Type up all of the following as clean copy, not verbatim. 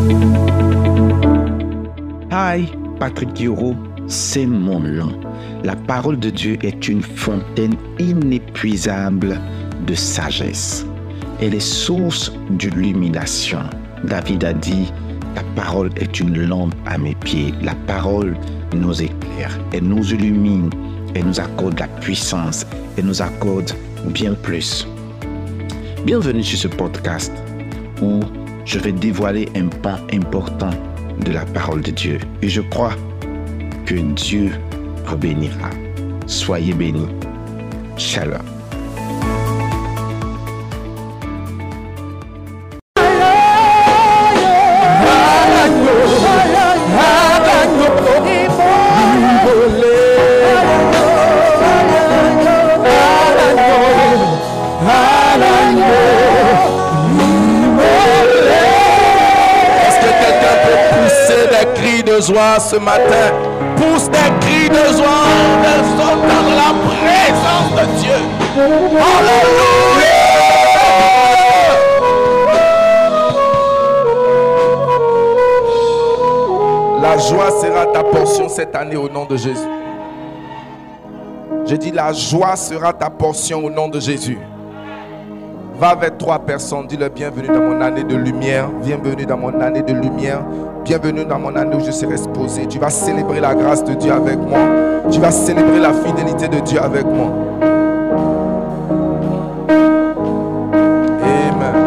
Hi, Patrick Guiraud, c'est mon nom. La parole de Dieu est une fontaine inépuisable de sagesse. Elle est source d'illumination. David a dit, ta parole est une lampe à mes pieds. La parole nous éclaire, elle nous illumine, elle nous accorde la puissance, elle nous accorde bien plus. Bienvenue sur ce podcast où je vais dévoiler un pan important de la parole de Dieu. Et je crois que Dieu vous bénira. Soyez bénis. Shalom. Joie ce matin, pousse des cris de joie, elles sont dans la présence de Dieu. Alléluia. La joie sera ta portion cette année au nom de Jésus. Je dis la joie sera ta portion au nom de Jésus. Va avec 3 personnes, dis-le bienvenue dans mon année de lumière, bienvenue dans mon année de lumière. Bienvenue dans mon année où je serai exposé. Tu vas célébrer la grâce de Dieu avec moi. Tu vas célébrer la fidélité de Dieu avec moi. Amen.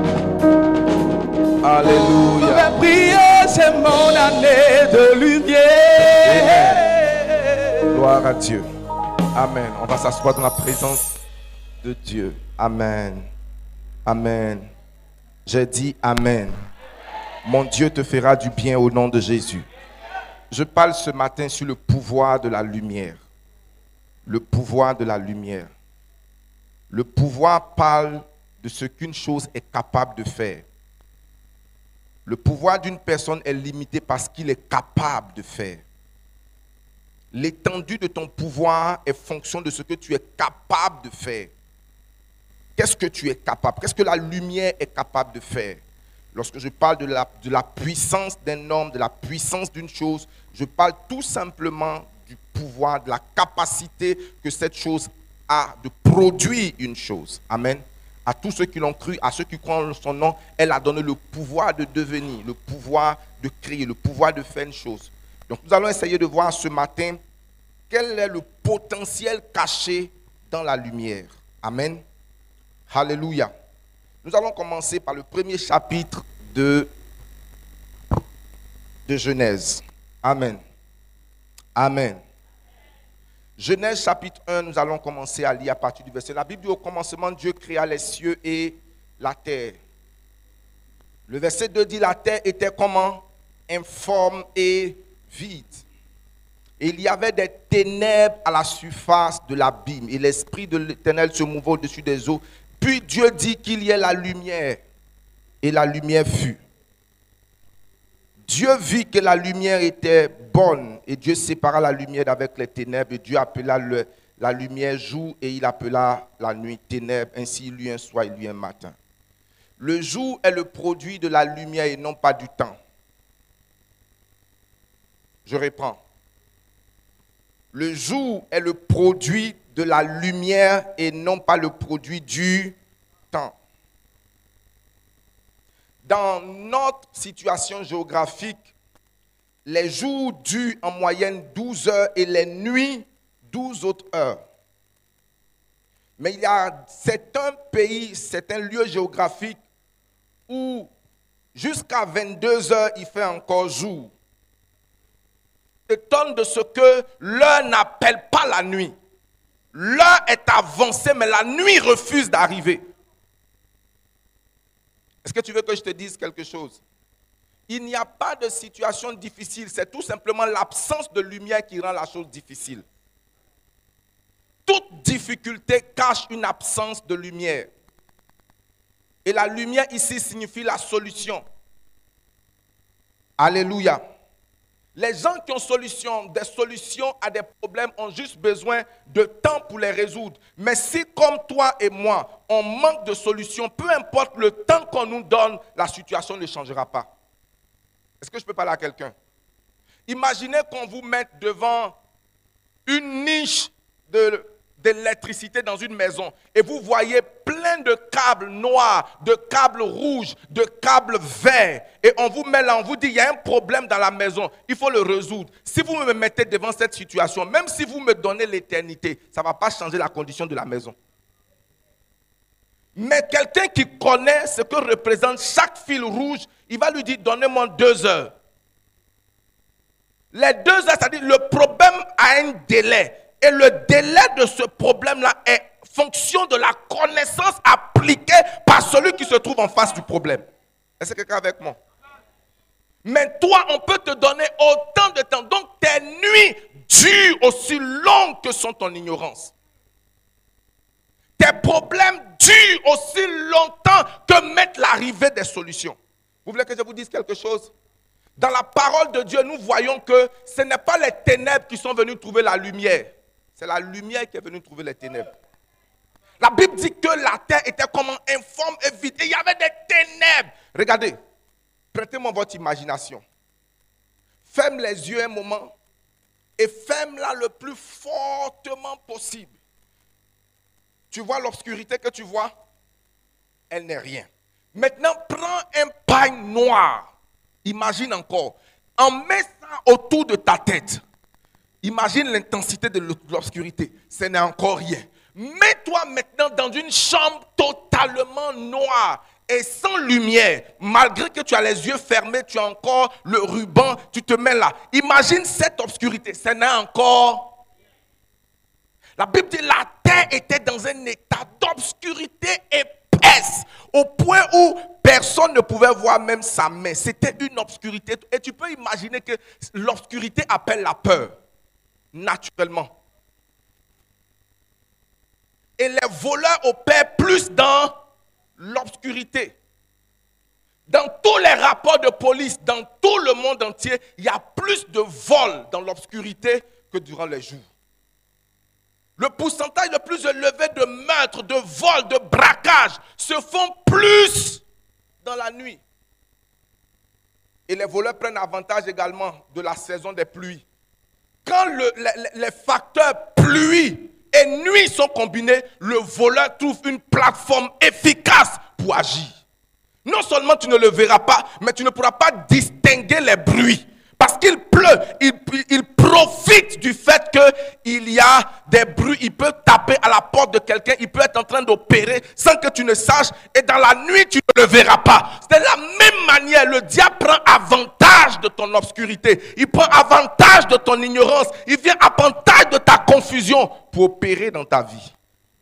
Alléluia. Je vais prier, c'est mon année de lumière. Amen. Gloire à Dieu. Amen. On va s'asseoir dans la présence de Dieu. Amen. Amen. J'ai dit Amen. Mon Dieu te fera du bien au nom de Jésus. Je parle ce matin sur le pouvoir de la lumière. Le pouvoir de la lumière. Le pouvoir parle de ce qu'une chose est capable de faire. Le pouvoir d'une personne est limité par ce qu'il est capable de faire. L'étendue de ton pouvoir est fonction de ce que tu es capable de faire. Qu'est-ce que tu es capable? Qu'est-ce que la lumière est capable de faire? Lorsque je parle de la puissance d'un homme, de la puissance d'une chose, je parle tout simplement du pouvoir, de la capacité que cette chose a de produire une chose. Amen. À tous ceux qui l'ont cru, à ceux qui croient en son nom, elle a donné le pouvoir de devenir, le pouvoir de créer, le pouvoir de faire une chose. Donc nous allons essayer de voir ce matin quel est le potentiel caché dans la lumière. Amen. Alléluia. Nous allons commencer par le premier chapitre de Genèse. Amen. Amen. Genèse chapitre 1, nous allons commencer à lire à partir du verset. La Bible dit au commencement, Dieu créa les cieux et la terre. Le verset 2 dit, la terre était comment? Informe et vide. Et il y avait des ténèbres à la surface de l'abîme. Et l'Esprit de l'Éternel se mouvait au-dessus des eaux. Puis Dieu dit qu'il y ait la lumière, et la lumière fut. Dieu vit que la lumière était bonne, et Dieu sépara la lumière d'avec les ténèbres, et Dieu appela la lumière jour, et il appela la nuit ténèbres. Ainsi il y eut un soir, il y eut un matin. Le jour est le produit de la lumière et non pas du temps. Je reprends. Le jour est le produit de la lumière et non pas le produit du temps. Dans notre situation géographique, les jours durent en moyenne 12 heures et les nuits 12 autres heures. Mais il y a certains pays, certains lieux géographiques où jusqu'à 22 heures, il fait encore jour. Étonne de ce que l'heure n'appelle pas la nuit. L'heure est avancée, mais la nuit refuse d'arriver. Est-ce que tu veux que je te dise quelque chose? Il n'y a pas de situation difficile, c'est tout simplement l'absence de lumière qui rend la chose difficile. Toute difficulté cache une absence de lumière. Et la lumière ici signifie la solution. Alléluia. Les gens qui ont des solutions à des problèmes ont juste besoin de temps pour les résoudre. Mais si, comme toi et moi, on manque de solutions, peu importe le temps qu'on nous donne, la situation ne changera pas. Est-ce que je peux parler à quelqu'un? Imaginez qu'on vous mette devant une niche d'électricité dans une maison et vous voyez plein de câbles noirs, de câbles rouges, de câbles verts et on vous met là, on vous dit il y a un problème dans la maison, il faut le résoudre. Si vous me mettez devant cette situation, même si vous me donnez l'éternité, ça ne va pas changer la condition de la maison. Mais quelqu'un qui connaît ce que représente chaque fil rouge, il va lui dire donnez-moi 2 heures. Les 2 heures, c'est-à-dire le problème a un délai. Et le délai de ce problème-là est fonction de la connaissance appliquée par celui qui se trouve en face du problème. Est-ce que quelqu'un est avec moi? Mais toi, on peut te donner autant de temps. Donc tes nuits durent aussi longues que sont ton ignorance. Tes problèmes durent aussi longtemps que mettre l'arrivée des solutions. Vous voulez que je vous dise quelque chose? Dans la parole de Dieu, nous voyons que ce n'est pas les ténèbres qui sont venues trouver la lumière. C'est la lumière qui est venue trouver les ténèbres. La Bible dit que la terre était comme informe et vide. Et il y avait des ténèbres. Regardez, prêtez-moi votre imagination. Ferme les yeux un moment et ferme-la le plus fortement possible. Tu vois l'obscurité que tu vois? Elle n'est rien. Maintenant, prends un pagne noir. Imagine encore. En mets ça autour de ta tête. Imagine l'intensité de l'obscurité. Ce n'est encore rien. Mets-toi maintenant dans une chambre totalement noire et sans lumière. Malgré que tu as les yeux fermés, tu as encore le ruban, tu te mets là. Imagine cette obscurité. Ce n'est encore. La Bible dit la terre était dans un état d'obscurité épaisse, au point où personne ne pouvait voir même sa main. C'était une obscurité. Et tu peux imaginer que l'obscurité appelle la peur, naturellement. Et les voleurs opèrent plus dans l'obscurité. Dans tous les rapports de police, dans tout le monde entier, il y a plus de vols dans l'obscurité que durant les jours. Le pourcentage le plus élevé de meurtres, de vols, de braquages se font plus dans la nuit. Et les voleurs prennent avantage également de la saison des pluies. Quand les facteurs pluie et nuit sont combinés, le voleur trouve une plateforme efficace pour agir. Non seulement tu ne le verras pas, mais tu ne pourras pas distinguer les bruits. Parce qu'il pleut, il profite du fait qu'il y a des bruits. Il peut taper à la porte de quelqu'un, il peut être en train d'opérer sans que tu ne saches. Et dans la nuit, tu ne le verras pas. C'est de la même manière, le diable prend avantage de ton obscurité. Il prend avantage de ton ignorance. Il vient avantage de ta confusion pour opérer dans ta vie.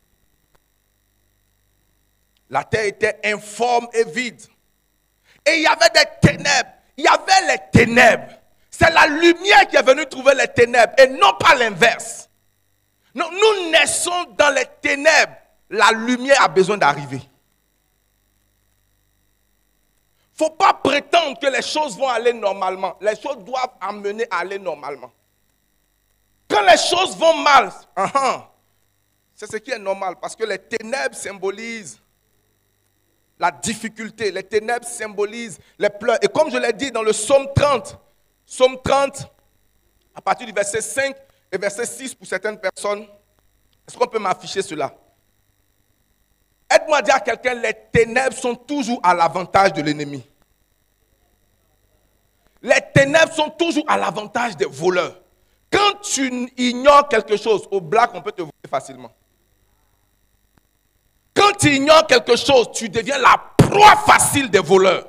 La terre était informe et vide. Et il y avait des ténèbres. Il y avait les ténèbres. C'est la lumière qui est venue trouver les ténèbres et non pas l'inverse. Nous naissons dans les ténèbres. La lumière a besoin d'arriver. Il ne faut pas prétendre que les choses vont aller normalement. Les choses doivent amener à aller normalement. Quand les choses vont mal, c'est ce qui est normal parce que les ténèbres symbolisent la difficulté. Les ténèbres symbolisent les pleurs. Et comme je l'ai dit dans le psaume 30, à partir du verset 5 et verset 6 pour certaines personnes, est-ce qu'on peut m'afficher cela? Aide-moi à dire à quelqu'un, les ténèbres sont toujours à l'avantage de l'ennemi. Les ténèbres sont toujours à l'avantage des voleurs. Quand tu ignores quelque chose, au black, on peut te voler facilement. Quand tu ignores quelque chose, tu deviens la proie facile des voleurs.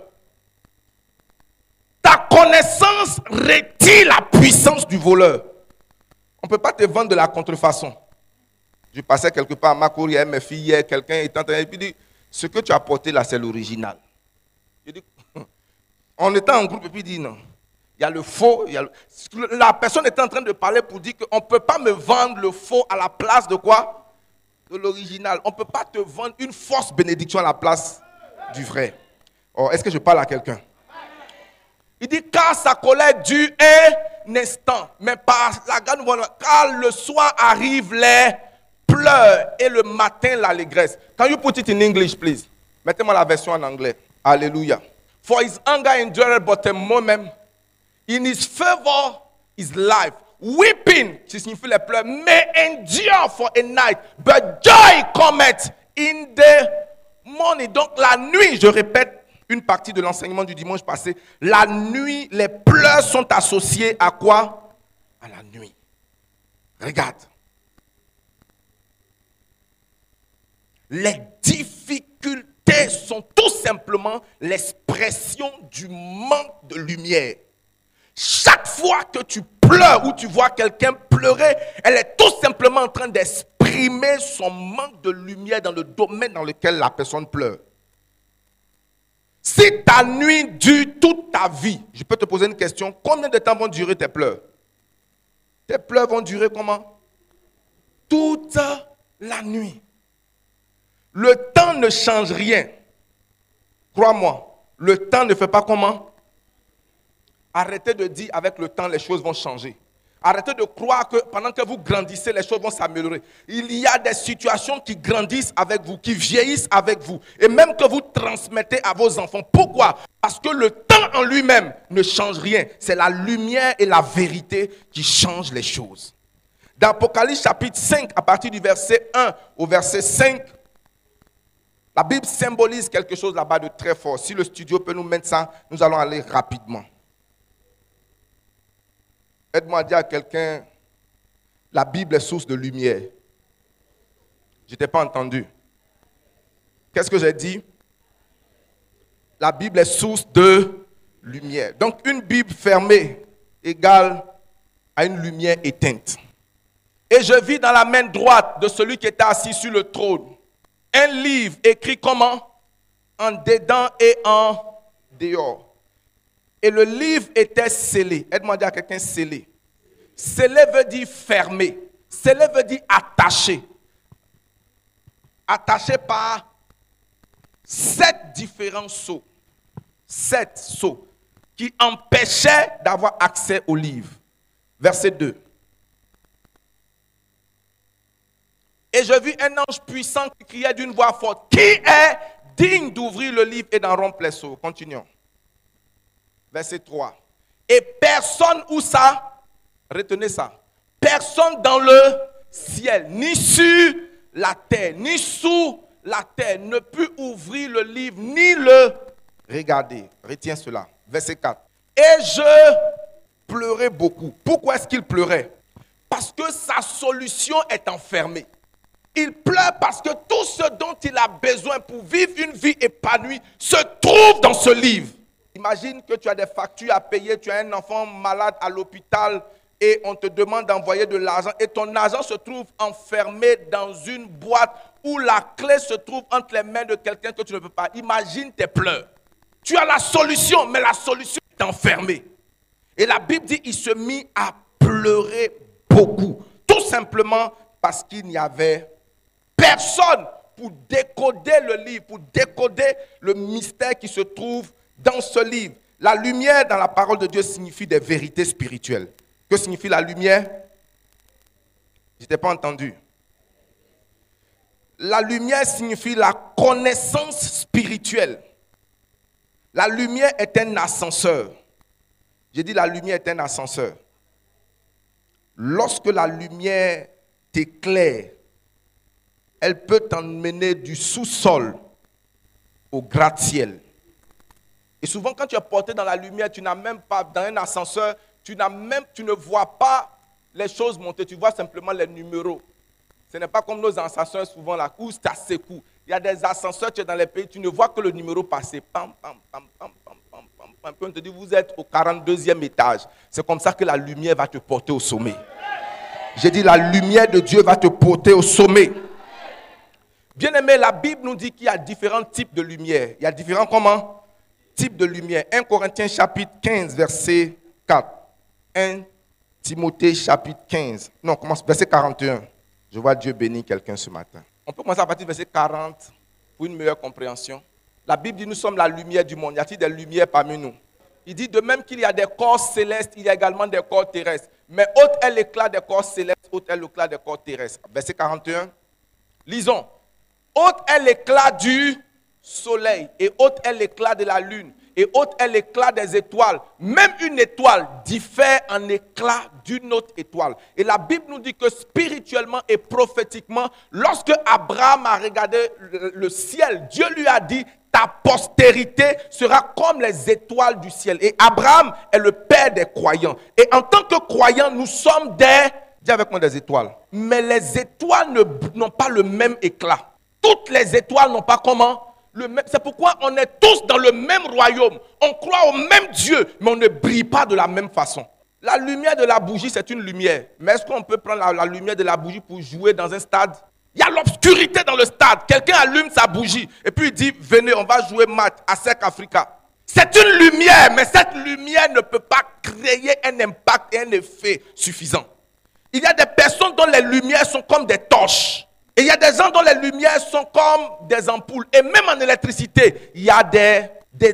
Ta connaissance retire la puissance du voleur. On ne peut pas te vendre de la contrefaçon. Je passais quelque part à ma cour, il y avait mes filles hier, quelqu'un est en train de dire, ce que tu as porté là, c'est l'original. Je dis, on était en groupe et puis il dit non. Il y a le faux. La personne était en train de parler pour dire qu'on ne peut pas me vendre le faux à la place de quoi? De l'original. On ne peut pas te vendre une fausse bénédiction à la place du vrai. Oh, est-ce que je parle à quelqu'un? Il dit, car sa colère dure un instant, mais par la grande nouvelle, car le soir arrive les pleurs et le matin l'allégresse. Can you put it in English, please? Mettez-moi la version en anglais. Alléluia. For his anger endureth but a moment, In his favor is life. Weeping, qui signifie les pleurs, may endure for a night, but joy cometh in the morning. Donc la nuit, je répète une partie de l'enseignement du dimanche passé, la nuit, les pleurs sont associés à quoi? À la nuit. Regarde. Les difficultés sont tout simplement l'expression du manque de lumière. Chaque fois que tu pleures ou tu vois quelqu'un pleurer, elle est tout simplement en train d'exprimer son manque de lumière dans le domaine dans lequel la personne pleure. Si ta nuit dure toute ta vie, je peux te poser une question. Combien de temps vont durer tes pleurs? Tes pleurs vont durer comment? Toute la nuit. Le temps ne change rien. Crois-moi, le temps ne fait pas comment? Arrêtez de dire avec le temps les choses vont changer. Arrêtez de croire que pendant que vous grandissez, les choses vont s'améliorer. Il y a des situations qui grandissent avec vous, qui vieillissent avec vous. Et même que vous transmettez à vos enfants. Pourquoi? Parce que le temps en lui-même ne change rien. C'est la lumière et la vérité qui changent les choses. Dans Apocalypse chapitre 5, à partir du verset 1 au verset 5, la Bible symbolise quelque chose là-bas de très fort. Si le studio peut nous mettre ça, nous allons aller rapidement. Aide-moi à dire à quelqu'un, la Bible est source de lumière. Je ne t'ai pas entendu. Qu'est-ce que j'ai dit? La Bible est source de lumière. Donc une Bible fermée égale à une lumière éteinte. Et je vis dans la main droite de celui qui était assis sur le trône un livre écrit comment? En dedans et en dehors. Et le livre était scellé. Aide-moi à dire à quelqu'un scellé. Scellé veut dire fermé. Scellé veut dire attaché. Attaché par 7 différents sceaux. 7 sceaux qui empêchaient d'avoir accès au livre. Verset 2. Et je vis un ange puissant qui criait d'une voix forte. Qui est digne d'ouvrir le livre et d'en rompre les sceaux? Continuons. Verset 3. Et personne, où ça? Retenez ça. Personne dans le ciel, ni sur la terre, ni sous la terre, ne put ouvrir le livre, ni le regarder. Retiens cela. Verset 4. Et je pleurais beaucoup. Pourquoi est-ce qu'il pleurait? Parce que sa solution est enfermée. Il pleure parce que tout ce dont il a besoin pour vivre une vie épanouie se trouve dans ce livre. Imagine que tu as des factures à payer, tu as un enfant malade à l'hôpital et on te demande d'envoyer de l'argent et ton argent se trouve enfermé dans une boîte où la clé se trouve entre les mains de quelqu'un que tu ne peux pas. Imagine tes pleurs. Tu as la solution, mais la solution est enfermée. Et la Bible dit qu'il se mit à pleurer beaucoup. Tout simplement parce qu'il n'y avait personne pour décoder le livre, pour décoder le mystère qui se trouve dans ce livre. La lumière dans la parole de Dieu signifie des vérités spirituelles. Que signifie la lumière? Je t'ai pas entendu. La lumière signifie la connaissance spirituelle. La lumière est un ascenseur. J'ai dit la lumière est un ascenseur. Lorsque la lumière t'éclaire, elle peut t'emmener du sous-sol au gratte-ciel. Et souvent, quand tu es porté dans la lumière, tu n'as même pas, dans un ascenseur, tu ne vois pas les choses monter, tu vois simplement les numéros. Ce n'est pas comme nos ascenseurs souvent là, où ça secoue. Il y a des ascenseurs, tu es dans les pays, tu ne vois que le numéro passer. Pam, pam, pam, pam, pam, pam, pam, pam. Puis on te dit, vous êtes au 42e étage. C'est comme ça que la lumière va te porter au sommet. J'ai dit, la lumière de Dieu va te porter au sommet. Bien aimé, la Bible nous dit qu'il y a différents types de lumière. Il y a différents comment? Types de lumière. 1 Corinthiens chapitre 15, verset 4. 1 Timothée chapitre 15. Non, commence verset 41. Je vois Dieu bénir quelqu'un ce matin. On peut commencer à partir du verset 40 pour une meilleure compréhension. La Bible dit nous sommes la lumière du monde. Y a-t-il des lumières parmi nous? Il dit de même qu'il y a des corps célestes, il y a également des corps terrestres. Mais haute est l'éclat des corps célestes, haute est l'éclat des corps terrestres. Verset 41. Lisons. Haute est l'éclat du soleil et haute est l'éclat de la lune. et autre est l'éclat des étoiles. Même une étoile diffère en éclat d'une autre étoile. Et la Bible nous dit que spirituellement et prophétiquement, lorsque Abraham a regardé le ciel, Dieu lui a dit, ta postérité sera comme les étoiles du ciel. Et Abraham est le père des croyants. Et en tant que croyants, nous sommes dis avec moi des étoiles. Mais les étoiles n'ont pas le même éclat. Toutes les étoiles n'ont pas comment? C'est pourquoi on est tous dans le même royaume. On croit au même Dieu, mais on ne brille pas de la même façon. La lumière de la bougie, c'est une lumière. Mais est-ce qu'on peut prendre la lumière de la bougie pour jouer dans un stade? Il y a l'obscurité dans le stade. Quelqu'un allume sa bougie et puis il dit, venez, on va jouer match à Sec Africa. C'est une lumière, mais cette lumière ne peut pas créer un impact et un effet suffisant. Il y a des personnes dont les lumières sont comme des torches. Et il y a des gens dont les lumières sont comme des ampoules. Et même en électricité, il y a des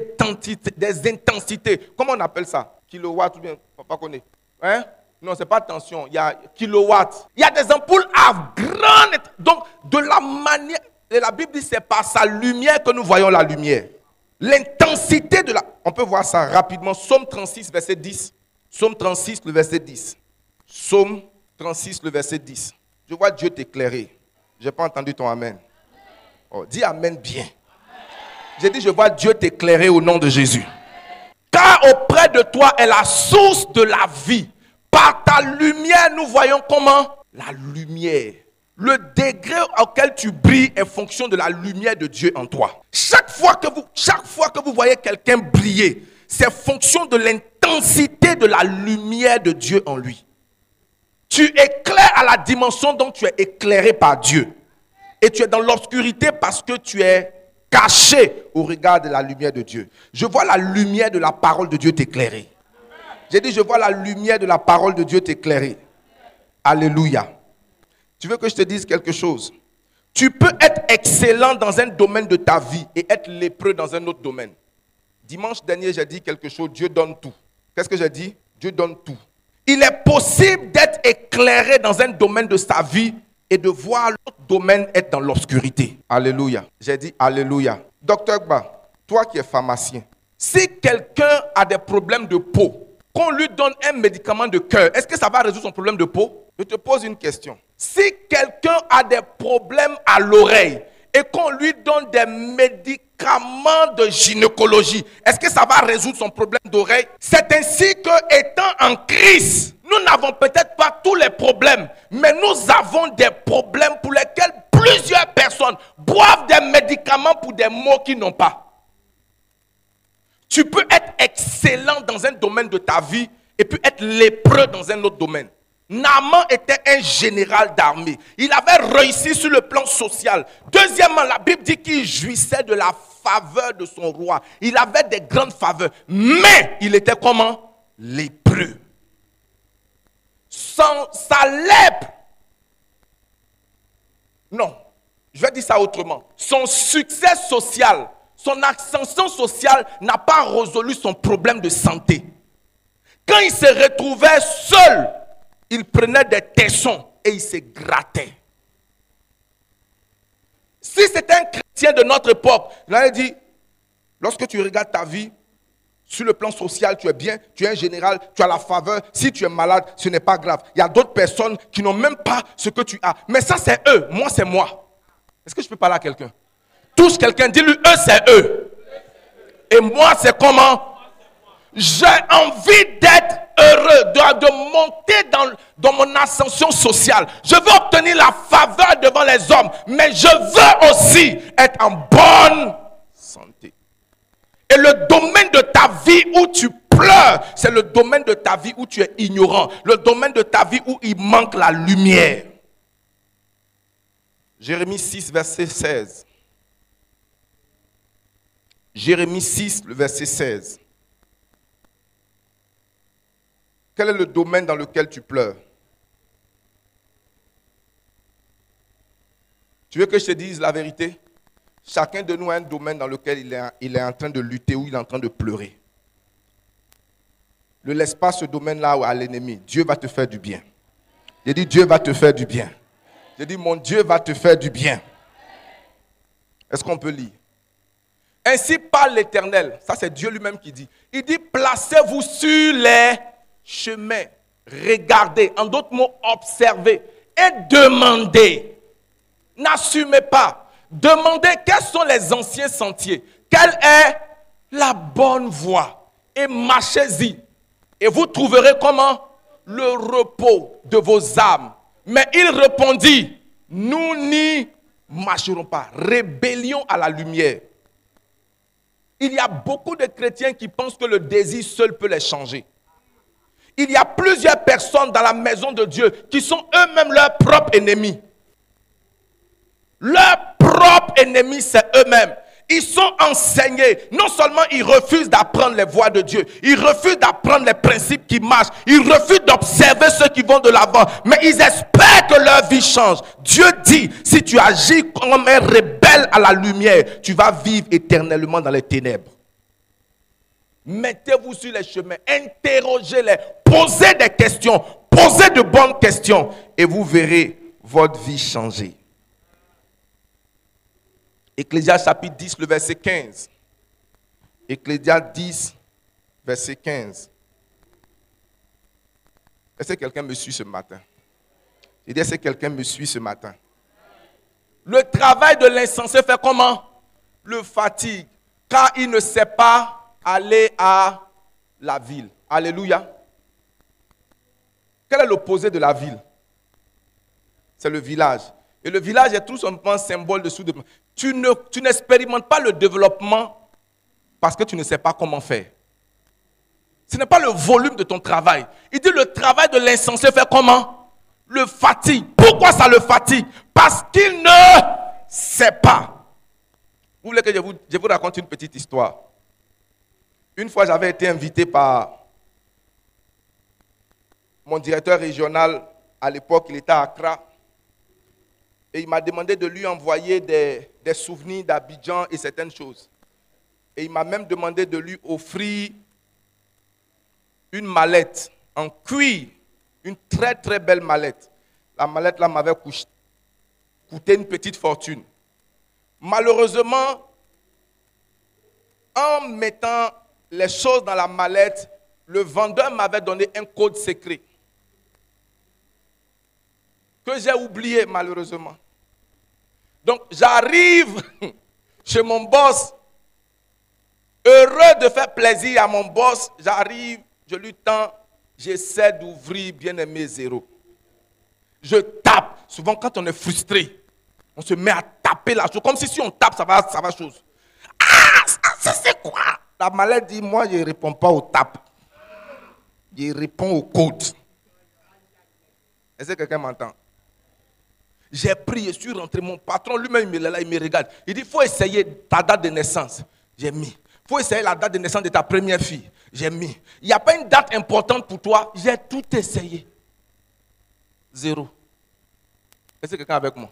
intensités. Comment on appelle ça? Kilowatts ou bien, papa connaît. Hein? Non, ce n'est pas tension, il y a kilowatts. Il y a des ampoules à grande. Donc, de la manière, et la Bible dit, c'est par sa lumière que nous voyons la lumière. L'intensité de la... On peut voir ça rapidement. Psaume 36, verset 10. Psaume 36, le verset 10. Psaume 36, le verset 10. Je vois Dieu t'éclairer. Je n'ai pas entendu ton amen. Oh, dis amen bien. J'ai dit, je vois Dieu t'éclairer au nom de Jésus. Car auprès de toi est la source de la vie. Par ta lumière, nous voyons comment? La lumière. Le degré auquel tu brilles est fonction de la lumière de Dieu en toi. Chaque fois que vous voyez quelqu'un briller, c'est fonction de l'intensité de la lumière de Dieu en lui. Tu éclaires à la dimension dont tu es éclairé par Dieu. Et tu es dans l'obscurité parce que tu es caché au regard de la lumière de Dieu. Je vois la lumière de la parole de Dieu t'éclairer. J'ai dit, je vois la lumière de la parole de Dieu t'éclairer. Alléluia. Tu veux que je te dise quelque chose? Tu peux être excellent dans un domaine de ta vie et être lépreux dans un autre domaine. Dimanche dernier, j'ai dit quelque chose, Dieu donne tout. Qu'est-ce que j'ai dit? Dieu donne tout. Il est possible d'être éclairé dans un domaine de sa vie et de voir l'autre domaine être dans l'obscurité. Alléluia. J'ai dit Alléluia. Docteur Gba, toi qui es pharmacien, si quelqu'un a des problèmes de peau, qu'on lui donne un médicament de cœur, est-ce que ça va résoudre son problème de peau? Je te pose une question. Si quelqu'un a des problèmes à l'oreille et qu'on lui donne des médicaments de gynécologie, est-ce que ça va résoudre son problème d'oreille? C'est ainsi que, étant en crise, nous n'avons peut-être pas tous les problèmes, mais nous avons des problèmes pour lesquels plusieurs personnes boivent des médicaments pour des maux qu'ils n'ont pas. Tu peux être excellent dans un domaine de ta vie et puis être lépreux dans un autre domaine. Naaman était un général d'armée. Il avait réussi sur le plan social. Deuxièmement, la Bible dit qu'il jouissait de la faveur de son roi. Il avait des grandes faveurs. Mais il était comment? Lépreux. Sans sa lèpre. Non, je vais dire ça autrement. Son succès social, son ascension sociale n'a pas résolu son problème de santé. Quand il se retrouvait seul, il prenait des tessons et il se grattait. Si c'était un chrétien de notre époque, il aurait dit, lorsque tu regardes ta vie, sur le plan social, tu es bien, tu es un général, tu as la faveur. Si tu es malade, ce n'est pas grave. Il y a d'autres personnes qui n'ont même pas ce que tu as. Mais ça, c'est eux. Moi, c'est moi. Est-ce que je peux parler à quelqu'un? Touche quelqu'un, dis-lui, eux, c'est eux. Et moi, c'est comment? J'ai envie d'être heureux, de monter dans mon ascension sociale. Je veux obtenir la faveur devant les hommes, mais je veux aussi être en bonne santé. Et le domaine de ta vie où tu pleures, c'est le domaine de ta vie où tu es ignorant. Le domaine de ta vie où il manque la lumière. Jérémie 6, verset 16. Jérémie 6, le verset 16. Quel est le domaine dans lequel tu pleures? Tu veux que je te dise la vérité? Chacun de nous a un domaine dans lequel il est en train de lutter ou il est en train de pleurer. Ne laisse pas ce domaine-là à l'ennemi. Dieu va te faire du bien. J'ai dit, Dieu va te faire du bien. J'ai dit, mon Dieu va te faire du bien. Est-ce qu'on peut lire? Ainsi parle l'Éternel. Ça, c'est Dieu lui-même qui dit. Il dit, placez-vous sur les chemins. Regardez, en d'autres mots, observez et demandez. N'assumez pas. Demandez quels sont les anciens sentiers. Quelle est la bonne voie. Et marchez-y. Et vous trouverez comment? Le repos de vos âmes. Mais il répondit, nous n'y marcherons pas. Rébellion à la lumière. Il y a beaucoup de chrétiens qui pensent que le désir seul peut les changer. Il y a plusieurs personnes dans la maison de Dieu qui sont eux-mêmes leurs propres ennemis. Leurs propres ennemis, c'est eux-mêmes. Ils sont enseignés. Non seulement ils refusent d'apprendre les voies de Dieu, ils refusent d'apprendre les principes qui marchent, ils refusent d'observer ceux qui vont de l'avant, mais ils espèrent que leur vie change. Dieu dit, si tu agis comme un rebelle à la lumière, tu vas vivre éternellement dans les ténèbres. Mettez-vous sur les chemins, interrogez-les, posez des questions, posez de bonnes questions et vous verrez votre vie changer. Ecclésias chapitre 10, le verset 15. Ecclésias 10, verset 15. Est-ce que quelqu'un me suit ce matin? Je dis, est-ce que quelqu'un me suit ce matin? Le travail de l'insensé fait comment? Le fatigue, car il ne sait pas aller à la ville. Alléluia. Quel est l'opposé de la ville? C'est le village. Et le village est tout simplement un symbole de sous-développement. Tu n'expérimentes pas le développement parce que tu ne sais pas comment faire. Ce n'est pas le volume de ton travail. Il dit le travail de l'insensé fait comment? Le fatigue. Pourquoi ça le fatigue? Parce qu'il ne sait pas. Vous voulez que je vous raconte une petite histoire? Une fois, j'avais été invité par mon directeur régional. À l'époque, il était à Accra. Et il m'a demandé de lui envoyer des souvenirs d'Abidjan et certaines choses. Et il m'a même demandé de lui offrir une mallette en cuir. Une très très belle mallette. La mallette là m'avait coûté une petite fortune. Malheureusement, en mettant les choses dans la mallette, le vendeur m'avait donné un code secret que j'ai oublié malheureusement. Donc j'arrive chez mon boss, heureux de faire plaisir à mon boss, j'arrive, je lui tends, j'essaie d'ouvrir bien-aimé 0. Je tape. Souvent quand on est frustré, on se met à taper la chose, comme si on tape, ça va chose. Ah, ça c'est quoi? La mallette dit, moi je ne réponds pas au tape. Je réponds au code. Est-ce que quelqu'un m'entend? J'ai pris, je suis rentré, mon patron lui-même il est là, il me regarde. Il dit, il faut essayer ta date de naissance. J'ai mis. Il faut essayer la date de naissance de ta première fille. J'ai mis. Il n'y a pas une date importante pour toi. J'ai tout essayé. 0. Est-ce que quelqu'un est avec moi?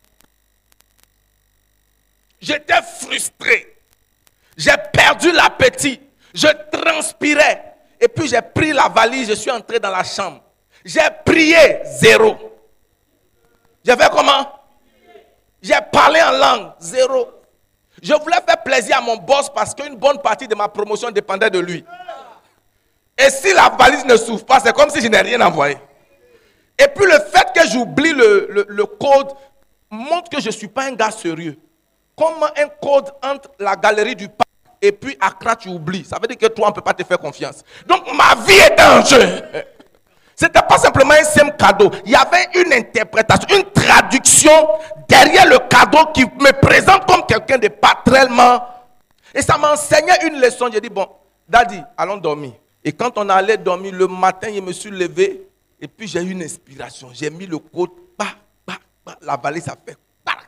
J'étais frustré. J'ai perdu l'appétit. Je transpirais. Et puis j'ai pris la valise, je suis entré dans la chambre. J'ai prié 0. J'ai fait comment? J'ai parlé en langue 0. Je voulais faire plaisir à mon boss parce qu'une bonne partie de ma promotion dépendait de lui. Et si la valise ne s'ouvre pas, c'est comme si je n'ai rien envoyé. Et puis le fait que j'oublie le code montre que je ne suis pas un gars sérieux. Comment un code entre la galerie du parc et puis Accra, tu oublies. Ça veut dire que toi, on ne peut pas te faire confiance. Donc ma vie était en jeu. Ce n'était pas simplement un simple cadeau. Il y avait une interprétation, une traduction derrière le cadeau qui me présente comme quelqu'un de pas tellement. Et ça m'enseignait une leçon. J'ai dit, bon, Daddy, allons dormir. Et quand on allait dormir, le matin, je me suis levé. Et puis j'ai eu une inspiration. J'ai mis le code. La valise a fait.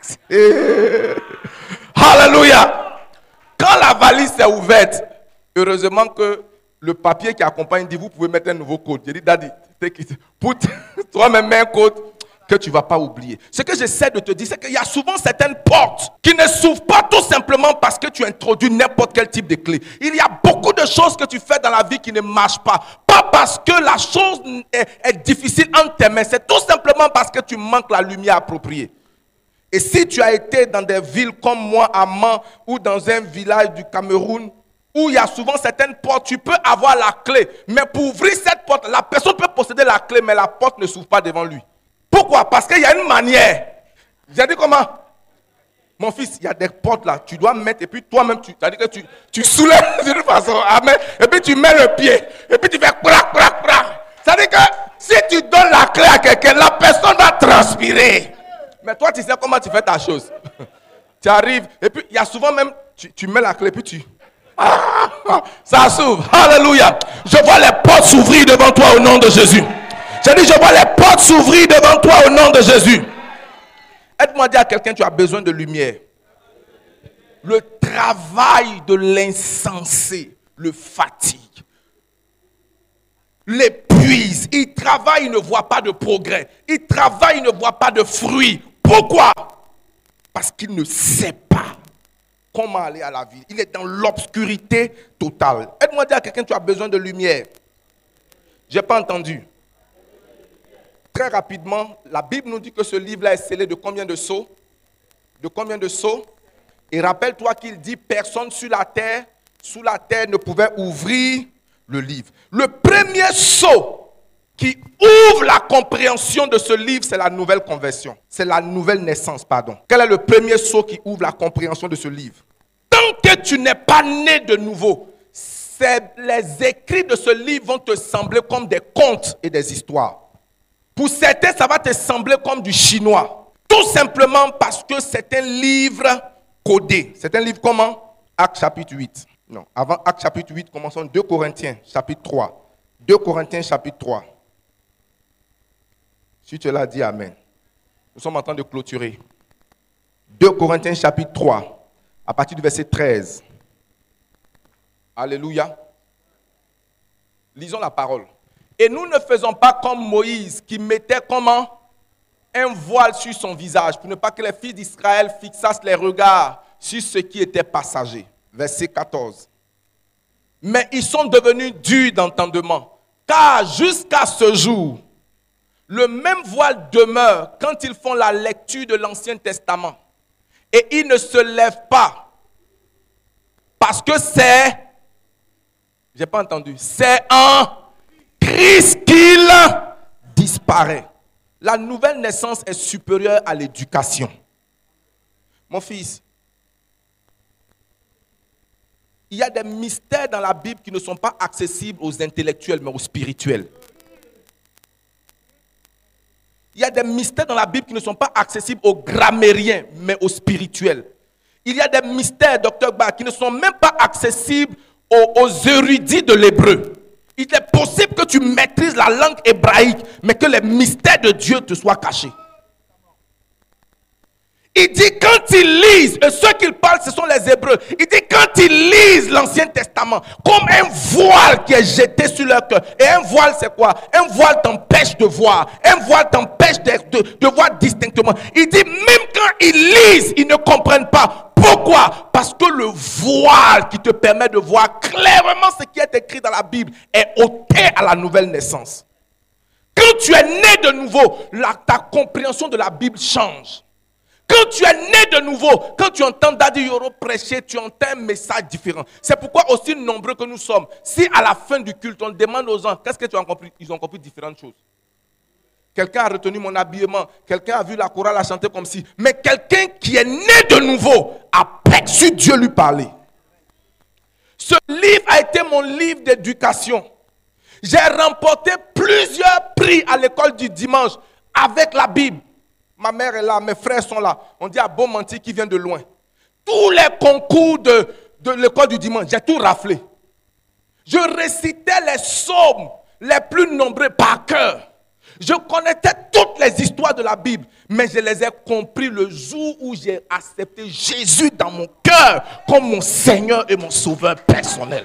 Alléluia. Quand la valise s'est ouverte, heureusement que le papier qui accompagne dit, vous pouvez mettre un nouveau code. J'ai dit, Daddy, toi-même mets un code que tu ne vas pas oublier. Ce que j'essaie de te dire, c'est qu'il y a souvent certaines portes qui ne s'ouvrent pas tout simplement parce que tu introduis n'importe quel type de clé. Il y a beaucoup de choses que tu fais dans la vie qui ne marchent pas. Pas parce que la chose est difficile entre tes mains. C'est tout simplement parce que tu manques la lumière appropriée. Et si tu as été dans des villes comme moi, à Man, ou dans un village du Cameroun, où il y a souvent certaines portes, tu peux avoir la clé. Mais pour ouvrir cette porte, la personne peut posséder la clé, mais la porte ne s'ouvre pas devant lui. Pourquoi? Parce qu'il y a une manière. J'ai dit comment? Mon fils, il y a des portes là, tu dois mettre, et puis toi-même, c'est-à-dire que tu soulèves d'une façon, amen, et puis tu mets le pied, et puis tu fais crac, crac, crac. C'est-à-dire que si tu donnes la clé à quelqu'un, la personne va transpirer. Mais toi, tu sais comment tu fais ta chose. Tu arrives, et puis il y a souvent même, tu mets la clé, et puis tu... ça s'ouvre. Alléluia. Je vois les portes s'ouvrir devant toi au nom de Jésus. J'ai dit, je vois les portes s'ouvrir devant toi au nom de Jésus. Aide-moi à dire à quelqu'un, tu as besoin de lumière. Le travail de l'insensé le fatigue, l'épuise. Il travaille, il ne voit pas de progrès. Il travaille, il ne voit pas de fruits. Pourquoi? Parce qu'il ne sait pas comment aller à la vie. Il est dans l'obscurité totale. Aide-moi à dire à quelqu'un, tu as besoin de lumière. Je n'ai pas entendu. Très rapidement, la Bible nous dit que ce livre-là est scellé de combien de sceaux? De combien de sceaux? Et rappelle-toi qu'il dit, personne sous la terre ne pouvait ouvrir le livre. Le premier sceau qui ouvre la compréhension de ce livre, c'est la nouvelle conversion. C'est la nouvelle naissance, pardon. Quel est le premier sceau qui ouvre la compréhension de ce livre? Tant que tu n'es pas né de nouveau, les écrits de ce livre vont te sembler comme des contes et des histoires. Pour certains, ça va te sembler comme du chinois. Tout simplement parce que c'est un livre codé. C'est un livre comment? Actes chapitre 8. Non, avant Actes chapitre 8, commençons 2 Corinthiens chapitre 3. 2 Corinthiens chapitre 3. Si tu l'as dit, amen. Nous sommes en train de clôturer. 2 Corinthiens chapitre 3, à partir du verset 13. Alléluia. Lisons la parole. Et nous ne faisons pas comme Moïse qui mettait comment? Un voile sur son visage pour ne pas que les fils d'Israël fixassent les regards sur ce qui était passager. Verset 14. Mais ils sont devenus durs d'entendement, car jusqu'à ce jour, le même voile demeure quand ils font la lecture de l'Ancien Testament. Et ils ne se lèvent pas parce que c'est, j'ai pas entendu, c'est en Christ qu'il disparaît. La nouvelle naissance est supérieure à l'éducation. Mon fils, il y a des mystères dans la Bible qui ne sont pas accessibles aux intellectuels, mais aux spirituels. Il y a des mystères dans la Bible qui ne sont pas accessibles aux grammairiens, mais aux spirituels. Il y a des mystères, Dr. Ba, qui ne sont même pas accessibles aux érudits de l'hébreu. Il est possible que tu maîtrises la langue hébraïque, mais que les mystères de Dieu te soient cachés. Il dit quand ils lisent, et ceux qui parlent, ce sont les Hébreux. Il dit quand ils lisent l'Ancien Testament, comme un voile qui est jeté sur leur cœur. Et un voile, c'est quoi? Un voile t'empêche de voir. Un voile t'empêche de voir distinctement. Il dit même quand ils lisent, ils ne comprennent pas. Pourquoi? Parce que le voile qui te permet de voir clairement ce qui est écrit dans la Bible est ôté à la nouvelle naissance. Quand tu es né de nouveau, ta compréhension de la Bible change. Quand tu es né de nouveau, quand tu entends Daddy Yoro prêcher, tu entends un message différent. C'est pourquoi aussi nombreux que nous sommes, si à la fin du culte, on demande aux gens, qu'est-ce que tu as compris? Ils ont compris différentes choses. Quelqu'un a retenu mon habillement, quelqu'un a vu la chorale à chanter comme si. Mais quelqu'un qui est né de nouveau a perçu Dieu lui parler. Ce livre a été mon livre d'éducation. J'ai remporté plusieurs prix à l'école du dimanche avec la Bible. Ma mère est là, mes frères sont là. On dit à Beaumenti qui vient de loin. Tous les concours de l'école du dimanche, j'ai tout raflé. Je récitais les psaumes les plus nombreux par cœur. Je connaissais toutes les histoires de la Bible, mais je les ai compris le jour où j'ai accepté Jésus dans mon cœur comme mon Seigneur et mon Sauveur personnel.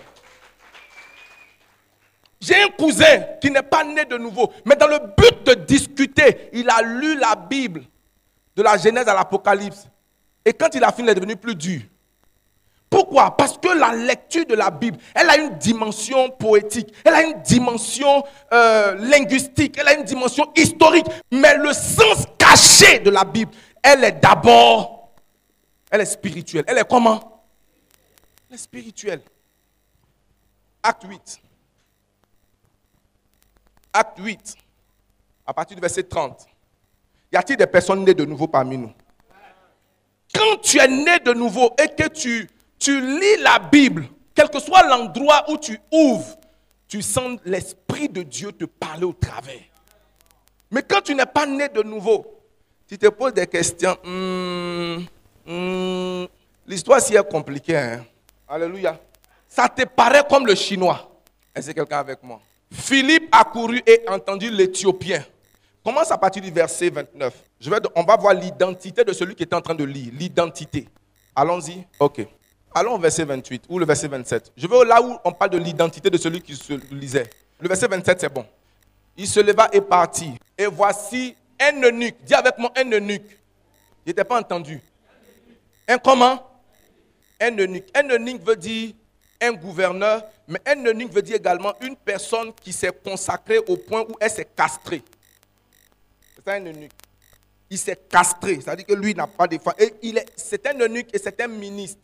J'ai un cousin qui n'est pas né de nouveau, mais dans le but de discuter, il a lu la Bible de la Genèse à l'Apocalypse. Et quand il a fini, il est devenu plus dur. Pourquoi? Parce que la lecture de la Bible, elle a une dimension poétique, elle a une dimension linguistique, elle a une dimension historique. Mais le sens caché de la Bible elle est d'abord, elle est spirituelle. Elle est comment? Elle est spirituelle. Acte 8. Acte 8, à partir du verset 30. Y a-t-il des personnes nées de nouveau parmi nous? Quand tu es né de nouveau et que tu lis la Bible, quel que soit l'endroit où tu ouvres, tu sens l'Esprit de Dieu te parler au travers. Mais quand tu n'es pas né de nouveau, tu te poses des questions. L'histoire si est compliquée. Hein? Alléluia. Ça te paraît comme le chinois. Est-ce que quelqu'un avec moi? Philippe a couru et entendu l'Éthiopien. Commence à partir du verset 29. On va voir l'identité de celui qui est en train de lire. L'identité. Allons-y. Ok. Allons au verset 28 ou le verset 27. Je veux là où on parle de l'identité de celui qui se lisait. Le verset 27, c'est bon. Il se leva et partit. Et voici un eunuque. Dis avec moi un eunuque. Je n'étais pas entendu. Un comment? Un eunuque. Un eunuque veut dire un gouverneur, mais un eunuque veut dire également une personne qui s'est consacrée au point où elle s'est castrée. C'est ça un eunuque. Il s'est castré, c'est-à-dire que lui n'a pas de foi. C'est un eunuque et c'est un ministre.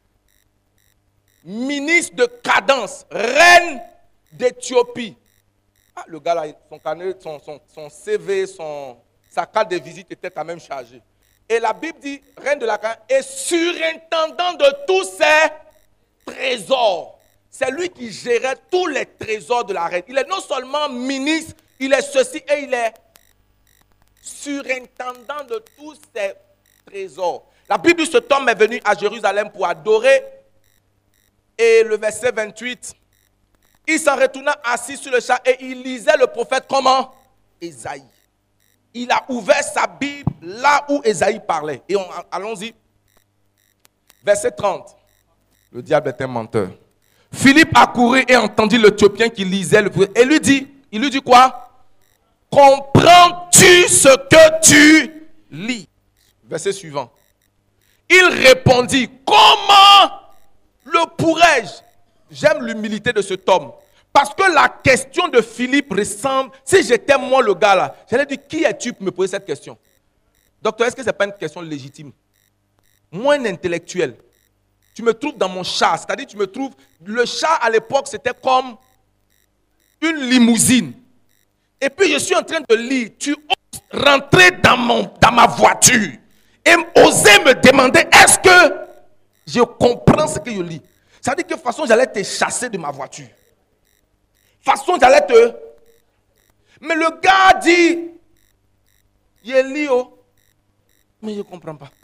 Ministre de Cadence, reine d'Éthiopie. Ah, le gars là, son CV, sa carte de visite était quand même chargée. Et la Bible dit, reine de la Cadence est surintendant de tous ses trésors. C'est lui qui gérait tous les trésors de la reine. Il est non seulement ministre, il est ceci et il est surintendant de tous ses trésors. La Bible dit, cet homme est venu à Jérusalem pour adorer. Et le verset 28, il s'en retourna assis sur le chat et il lisait le prophète comment? Ésaïe. Il a ouvert sa Bible là où Ésaïe parlait. Et allons-y. Verset 30. Le diable est un menteur. Philippe a couru et entendit l'Éthiopien qui lisait le prophète. Et il lui dit quoi? Comprends-tu ce que tu lis? Verset suivant. Il répondit, comment le pourrais-je? J'aime l'humilité de cet homme. Parce que la question de Philippe ressemble, si j'étais moi le gars là, j'allais dire, qui es-tu pour me poser cette question? Docteur, est-ce que ce n'est pas une question légitime? Moi, un intellectuel, tu me trouves dans mon char, c'est-à-dire tu me trouves, le char à l'époque c'était comme une limousine. Et puis je suis en train de lire, tu oses rentrer dans ma voiture et oser me demander, est-ce que je comprends ce que je lis? Ça veut dire que de toute façon j'allais te chasser de ma voiture. De toute façon j'allais te... Mais le gars dit, il lit, mais je ne comprends pas.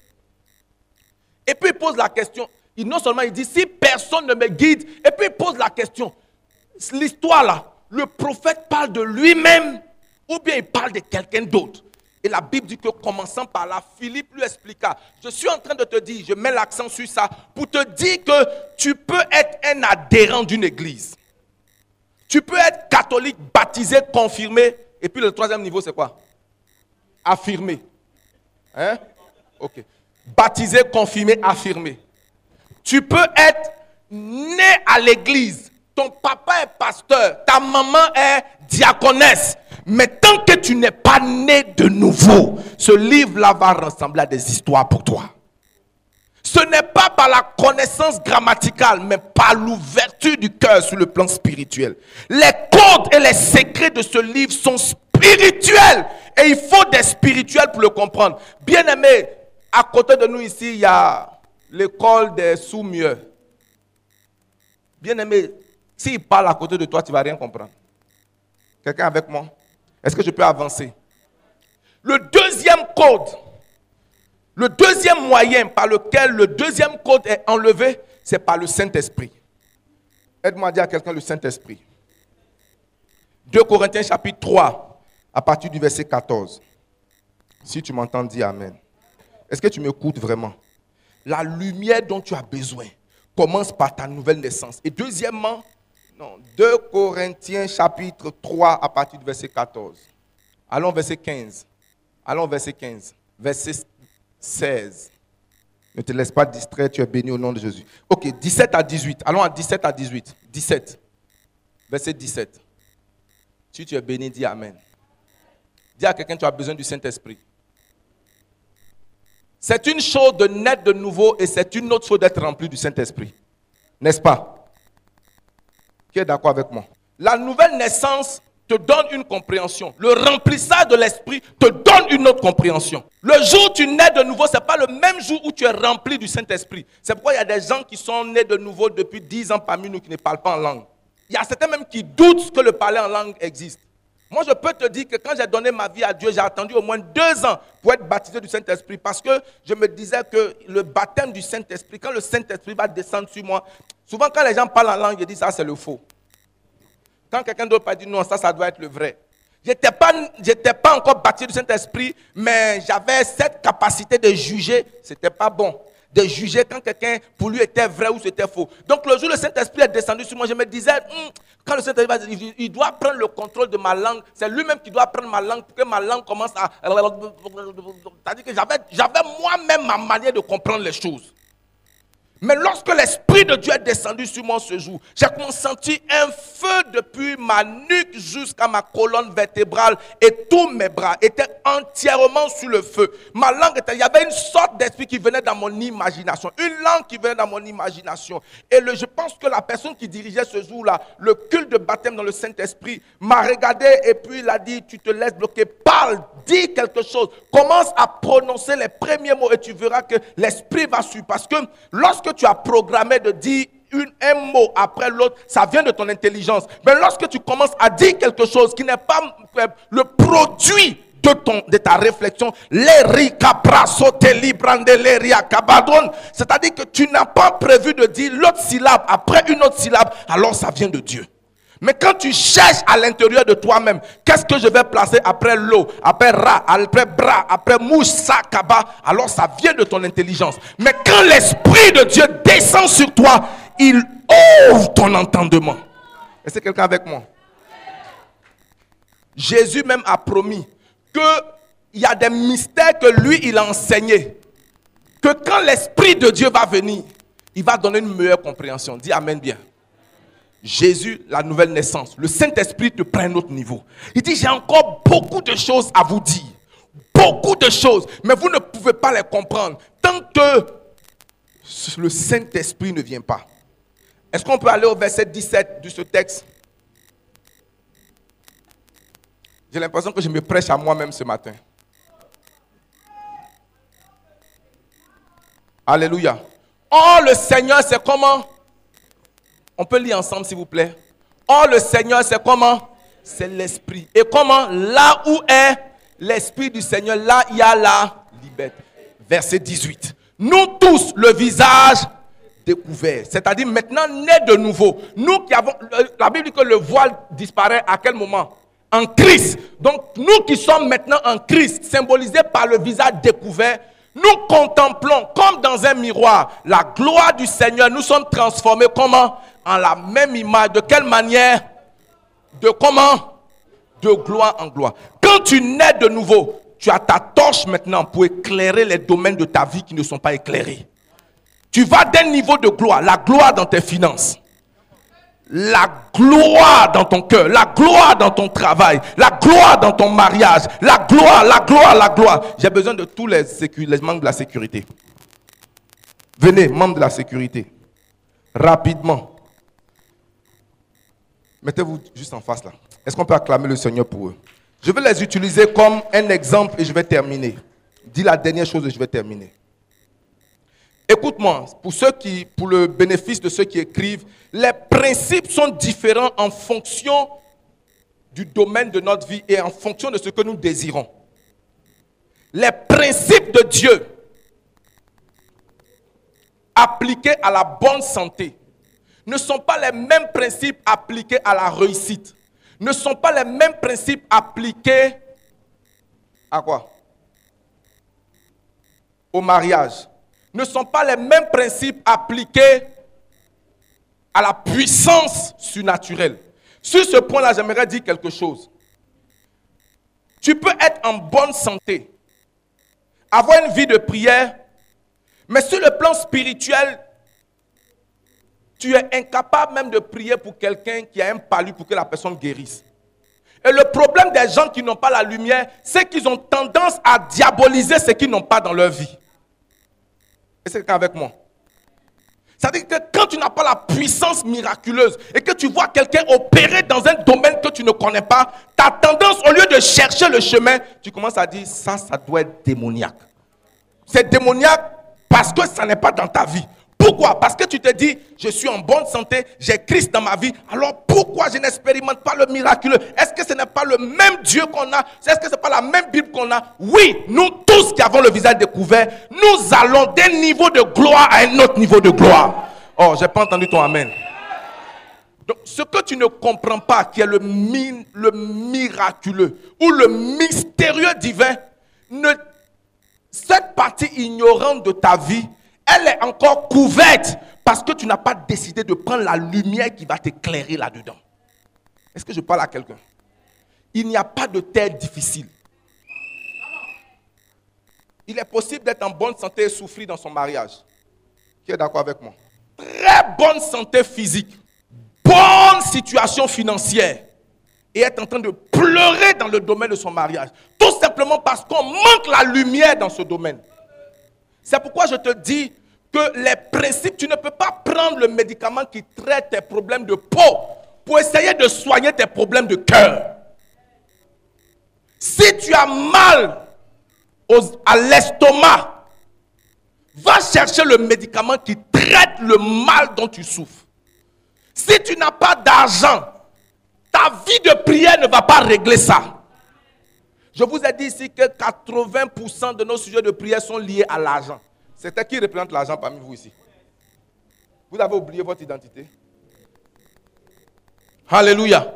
Et puis il pose la question, non seulement il dit, si personne ne me guide, et puis il pose la question, l'histoire là, le prophète parle de lui-même, ou bien il parle de quelqu'un d'autre. Et la Bible dit que commençant par là, Philippe lui expliqua, je suis en train de te dire, je mets l'accent sur ça, pour te dire que tu peux être un adhérent d'une église. Tu peux être catholique, baptisé, confirmé, et puis le troisième niveau c'est quoi? Affirmé. Hein? Ok. Baptisé, confirmé, affirmé. Tu peux être né à l'église. Ton papa est pasteur. Ta maman est diaconesse. Mais tant que tu n'es pas né de nouveau, ce livre-là va ressembler à des histoires pour toi. Ce n'est pas par la connaissance grammaticale, mais par l'ouverture du cœur sur le plan spirituel. Les codes et les secrets de ce livre sont spirituels. Et il faut des spirituels pour le comprendre. Bien aimé, à côté de nous ici, il y a l'école des sous-mieux. Bien aimé, s'il parle à côté de toi, tu ne vas rien comprendre. Quelqu'un avec moi? Est-ce que je peux avancer? Le deuxième code, le deuxième moyen par lequel le deuxième code est enlevé, c'est par le Saint-Esprit. Aide-moi à dire à quelqu'un le Saint-Esprit. 2 Corinthiens chapitre 3, à partir du verset 14. Si tu m'entends, dis Amen. Est-ce que tu m'écoutes vraiment? La lumière dont tu as besoin commence par ta nouvelle naissance. Et deuxièmement, 2 Corinthiens chapitre 3 à partir du verset 14. Allons verset 15. Allons verset 15. Verset 16. Ne te laisse pas distraire, tu es béni au nom de Jésus. Ok, 17 à 18. Allons à 17 à 18. 17. Verset 17. Si tu es béni, dis Amen. Dis à quelqu'un, tu as besoin du Saint-Esprit. C'est une chose de naître de nouveau et c'est une autre chose d'être rempli du Saint-Esprit. N'est-ce pas? Qui est d'accord avec moi? La nouvelle naissance te donne une compréhension. Le remplissage de l'Esprit te donne une autre compréhension. Le jour où tu nais de nouveau, ce n'est pas le même jour où tu es rempli du Saint-Esprit. C'est pourquoi il y a des gens qui sont nés de nouveau depuis 10 ans parmi nous qui ne parlent pas en langue. Il y a certains même qui doutent que le parler en langue existe. Moi, je peux te dire que quand j'ai donné ma vie à Dieu, j'ai attendu au moins 2 ans pour être baptisé du Saint-Esprit parce que je me disais que le baptême du Saint-Esprit, quand le Saint-Esprit va descendre sur moi, souvent quand les gens parlent en langue, je dis ça c'est le faux. Quand quelqu'un d'autre a dit non, ça doit être le vrai. Je n'étais pas encore baptisé du Saint-Esprit, mais j'avais cette capacité de juger, ce n'était pas bon. De juger quand quelqu'un, pour lui, était vrai ou c'était faux. Donc le jour où le Saint-Esprit est descendu sur moi, je me disais, quand le Saint-Esprit, il doit prendre le contrôle de ma langue. C'est lui-même qui doit prendre ma langue pour que ma langue commence à... C'est-à-dire que j'avais moi-même ma manière de comprendre les choses. Mais lorsque l'Esprit de Dieu est descendu sur moi ce jour, j'ai senti un feu depuis ma nuque jusqu'à ma colonne vertébrale et tous mes bras étaient entièrement sous le feu. Ma langue il y avait une sorte d'esprit qui venait dans mon imagination, une langue qui venait dans mon imagination. Et je pense que la personne qui dirigeait ce jour-là, le culte de baptême dans le Saint-Esprit, m'a regardé et puis il a dit, tu te laisses bloquer, parle, dis quelque chose, commence à prononcer les premiers mots et tu verras que l'Esprit va suivre. Parce que lorsque tu as programmé de dire un mot après l'autre, ça vient de ton intelligence. Mais lorsque tu commences à dire quelque chose qui n'est pas le produit de ta réflexion, c'est-à-dire que tu n'as pas prévu de dire l'autre syllabe après une autre syllabe, alors ça vient de Dieu. Mais quand tu cherches à l'intérieur de toi-même, qu'est-ce que je vais placer après l'eau, après ra, après bras, après mouche, sakaba, alors ça vient de ton intelligence. Mais quand l'Esprit de Dieu descend sur toi, il ouvre ton entendement. Est-ce que quelqu'un avec moi? Jésus même a promis qu'il y a des mystères que lui, il a enseignés. Que quand l'Esprit de Dieu va venir, il va donner une meilleure compréhension. Dis Amen bien. Jésus, la nouvelle naissance, le Saint-Esprit te prend à un autre niveau. Il dit, j'ai encore beaucoup de choses à vous dire. Beaucoup de choses, mais vous ne pouvez pas les comprendre tant que le Saint-Esprit ne vient pas. Est-ce qu'on peut aller au verset 17 de ce texte? J'ai l'impression que je me prêche à moi-même ce matin. Alléluia. Oh, le Seigneur, c'est comment? On peut lire ensemble, s'il vous plaît. Oh, le Seigneur, c'est comment? C'est l'Esprit. Et comment? Là où est l'Esprit du Seigneur, là, il y a la liberté. Verset 18. Nous tous, le visage découvert. C'est-à-dire maintenant, nés de nouveau. Nous qui avons... La Bible dit que le voile disparaît à quel moment? En Christ. Donc, nous qui sommes maintenant en Christ, symbolisés par le visage découvert, nous contemplons comme dans un miroir la gloire du Seigneur. Nous sommes transformés comment? En la même image. De quelle manière? De comment? De gloire en gloire. Quand tu nais de nouveau, tu as ta torche maintenant pour éclairer les domaines de ta vie qui ne sont pas éclairés. Tu vas d'un niveau de gloire, la gloire dans tes finances, la gloire dans ton cœur, la gloire dans ton travail, la gloire dans ton mariage, la gloire, la gloire, la gloire. J'ai besoin de tous les membres de la sécurité. Venez, membres de la sécurité. Rapidement. Mettez-vous juste en face là. Est-ce qu'on peut acclamer le Seigneur pour eux? Je vais les utiliser comme un exemple et je vais terminer. Dis la dernière chose et je vais terminer. Écoute-moi, pour le bénéfice de ceux qui écrivent, les principes sont différents en fonction du domaine de notre vie et en fonction de ce que nous désirons. Les principes de Dieu appliqués à la bonne santé ne sont pas les mêmes principes appliqués à la réussite. Ne sont pas les mêmes principes appliqués à quoi? Au mariage. Ne sont pas les mêmes principes appliqués à la puissance surnaturelle. Sur ce point-là, j'aimerais dire quelque chose. Tu peux être en bonne santé, avoir une vie de prière, mais sur le plan spirituel, tu es incapable même de prier pour quelqu'un qui a un palu pour que la personne guérisse. Et le problème des gens qui n'ont pas la lumière, c'est qu'ils ont tendance à diaboliser ce qu'ils n'ont pas dans leur vie. Est-ce que quelqu'un est avec moi? C'est-à-dire que quand tu n'as pas la puissance miraculeuse et que tu vois quelqu'un opérer dans un domaine que tu ne connais pas, tu as tendance, au lieu de chercher le chemin, tu commences à dire, ça doit être démoniaque. C'est démoniaque parce que ça n'est pas dans ta vie. Pourquoi? Parce que tu te dis, je suis en bonne santé, j'ai Christ dans ma vie, alors pourquoi je n'expérimente pas le miraculeux? Est-ce que ce n'est pas le même Dieu qu'on a? Est-ce que ce n'est pas la même Bible qu'on a? Oui, nous tous qui avons le visage découvert, nous allons d'un niveau de gloire à un autre niveau de gloire. Oh, je n'ai pas entendu ton amen. Donc, ce que tu ne comprends pas, qui est le miraculeux ou le mystérieux divin, cette partie ignorante de ta vie, elle est encore couverte parce que tu n'as pas décidé de prendre la lumière qui va t'éclairer là-dedans. Est-ce que je parle à quelqu'un? Il n'y a pas de terre difficile. Il est possible d'être en bonne santé et souffrir dans son mariage. Qui est d'accord avec moi? Très bonne santé physique, bonne situation financière et être en train de pleurer dans le domaine de son mariage. Tout simplement parce qu'on manque la lumière dans ce domaine. C'est pourquoi je te dis que les principes, tu ne peux pas prendre le médicament qui traite tes problèmes de peau pour essayer de soigner tes problèmes de cœur. Si tu as mal à l'estomac, va chercher le médicament qui traite le mal dont tu souffres. Si tu n'as pas d'argent, ta vie de prière ne va pas régler ça. Je vous ai dit ici que 80% de nos sujets de prière sont liés à l'argent. C'était qui représente l'argent parmi vous ici? Vous avez oublié votre identité? Alléluia.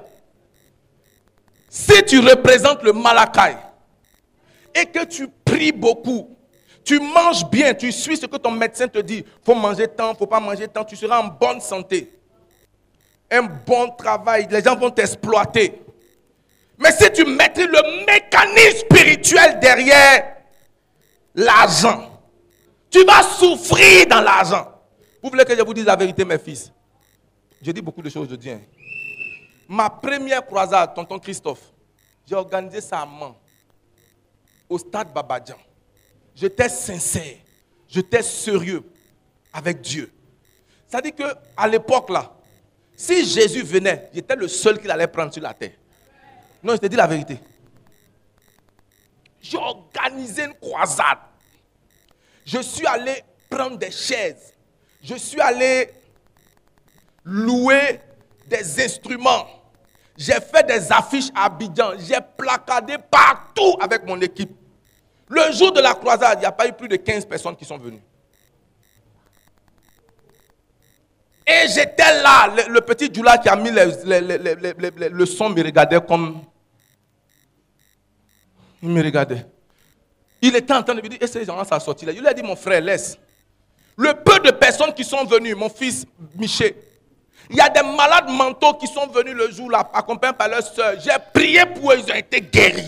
Si tu représentes le Malakai et que tu pries beaucoup, tu manges bien, tu suis ce que ton médecin te dit, il faut manger tant, il ne faut pas manger tant, tu seras en bonne santé. Un bon travail, les gens vont t'exploiter. Mais si tu maîtrises le mécanisme spirituel derrière l'argent, tu vas souffrir dans l'argent. Vous voulez que je vous dise la vérité, mes fils? Je dis beaucoup de choses aujourd'hui. Hein. Ma première croisade, tonton Christophe, j'ai organisé ça à Mans, au stade Babadjan. J'étais sincère, j'étais sérieux avec Dieu. C'est-à-dire qu'à l'époque là, si Jésus venait, j'étais le seul qu'il allait prendre sur la terre. Non, je te dis la vérité. J'ai organisé une croisade. Je suis allé prendre des chaises. Je suis allé louer des instruments. J'ai fait des affiches à Abidjan. J'ai placardé partout avec mon équipe. Le jour de la croisade, il n'y a pas eu plus de 15 personnes qui sont venues. Et j'étais là. Le petit Djoula qui a mis le son me regardait comme... Il me regardait. Il était en train de me dire, et ces gens ça sorti là. Je lui ai dit, mon frère, laisse. Le peu de personnes qui sont venues, mon fils Miché, il y a des malades mentaux qui sont venus le jour là, accompagnés par leur soeur. J'ai prié pour eux, ils ont été guéris.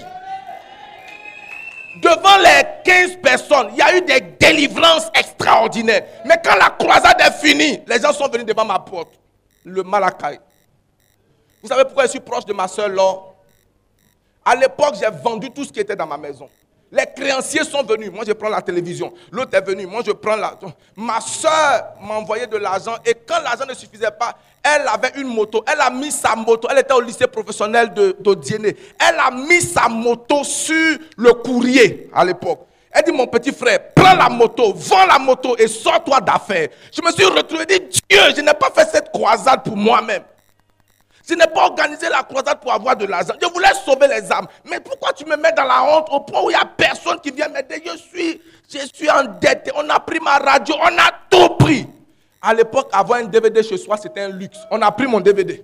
Devant les 15 personnes, il y a eu des délivrances extraordinaires. Mais quand la croisade est finie, les gens sont venus devant ma porte. Le Malakai. Vous savez pourquoi je suis proche de ma soeur Laure? À l'époque, j'ai vendu tout ce qui était dans ma maison. Les créanciers sont venus. Moi, je prends la télévision. L'autre est venu. Moi, je prends la... Ma soeur m'a envoyé de l'argent. Et quand l'argent ne suffisait pas, elle avait une moto. Elle a mis sa moto. Elle était au lycée professionnel d'Odiéné. Elle a mis sa moto sur le courrier à l'époque. Elle dit, mon petit frère, prends la moto, vends la moto et sors-toi d'affaires. Je me suis retrouvé et dit, Dieu, je n'ai pas fait cette croisade pour moi-même. Je n'ai pas organisé la croisade pour avoir de l'argent. Je voulais sauver les âmes. Mais pourquoi tu me mets dans la honte au point où il n'y a personne qui vient m'aider? Je suis endetté. On a pris ma radio. On a tout pris. À l'époque, avoir un DVD chez soi, c'était un luxe. On a pris mon DVD.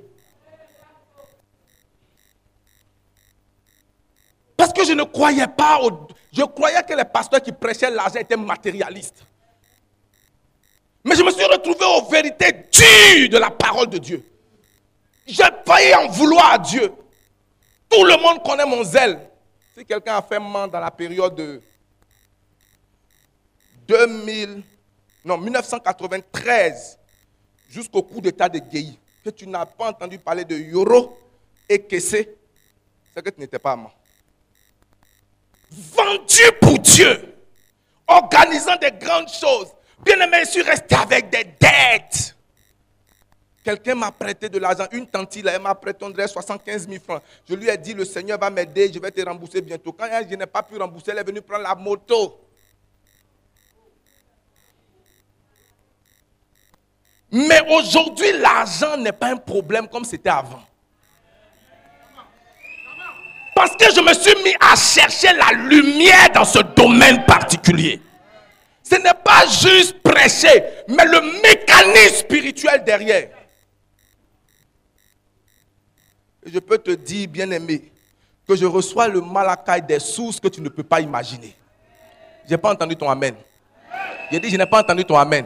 Parce que je ne croyais pas. Je croyais que les pasteurs qui prêchaient l'argent étaient matérialistes. Mais je me suis retrouvé aux vérités dures de la parole de Dieu. J'ai failli en vouloir à Dieu. Tout le monde connaît mon zèle. Si quelqu'un a fait Mans dans la période de 1993 jusqu'au coup d'état de Guéhi, que tu n'as pas entendu parler de Yoro et Kessé, c'est que tu n'étais pas à Mans. Vendu pour Dieu, organisant des grandes choses, Bien-aimé, je suis resté avec des dettes. Quelqu'un m'a prêté de l'argent. Une tante, elle m'a prêté 75 000 francs. Je lui ai dit, le Seigneur va m'aider, je vais te rembourser bientôt. Quand je n'ai pas pu rembourser, elle est venue prendre la moto. Mais aujourd'hui, l'argent n'est pas un problème comme c'était avant. Parce que je me suis mis à chercher la lumière dans ce domaine particulier. Ce n'est pas juste prêcher, mais le mécanisme spirituel derrière. Et je peux te dire, bien-aimé, que je reçois le malakai des sources que tu ne peux pas imaginer. Je n'ai pas entendu ton amen. J'ai dit, je n'ai pas entendu ton amen.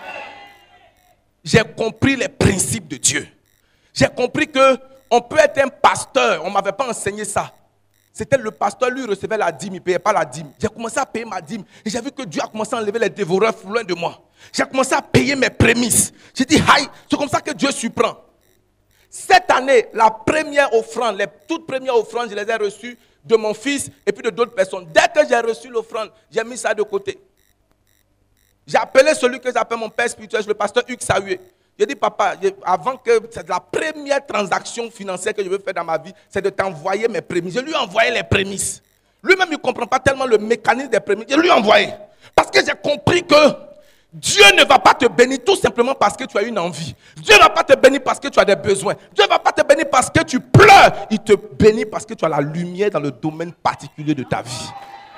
J'ai compris les principes de Dieu. J'ai compris qu'on peut être un pasteur. On ne m'avait pas enseigné ça. C'était le pasteur, lui, recevait la dîme, il ne payait pas la dîme. J'ai commencé à payer ma dîme. Et j'ai vu que Dieu a commencé à enlever les dévoreurs loin de moi. J'ai commencé à payer mes prémices. J'ai dit, aïe, c'est comme ça que Dieu surprend. Cette année, la première offrande, les toutes premières offrandes, je les ai reçues de mon fils et puis de d'autres personnes. Dès que j'ai reçu l'offrande, j'ai mis ça de côté. J'ai appelé celui que j'appelle mon père spirituel, le pasteur Hugues Sahué. J'ai dit, papa, avant que c'est la première transaction financière que je veux faire dans ma vie, c'est de t'envoyer mes prémices. Je lui ai envoyé les prémices. Lui-même, il ne comprend pas tellement le mécanisme des prémices. Je lui ai envoyé. Parce que j'ai compris que Dieu ne va pas te bénir tout simplement parce que tu as une envie. Dieu ne va pas te bénir parce que tu as des besoins. Dieu ne va pas te bénir parce que tu pleures. Il te bénit parce que tu as la lumière dans le domaine particulier de ta vie.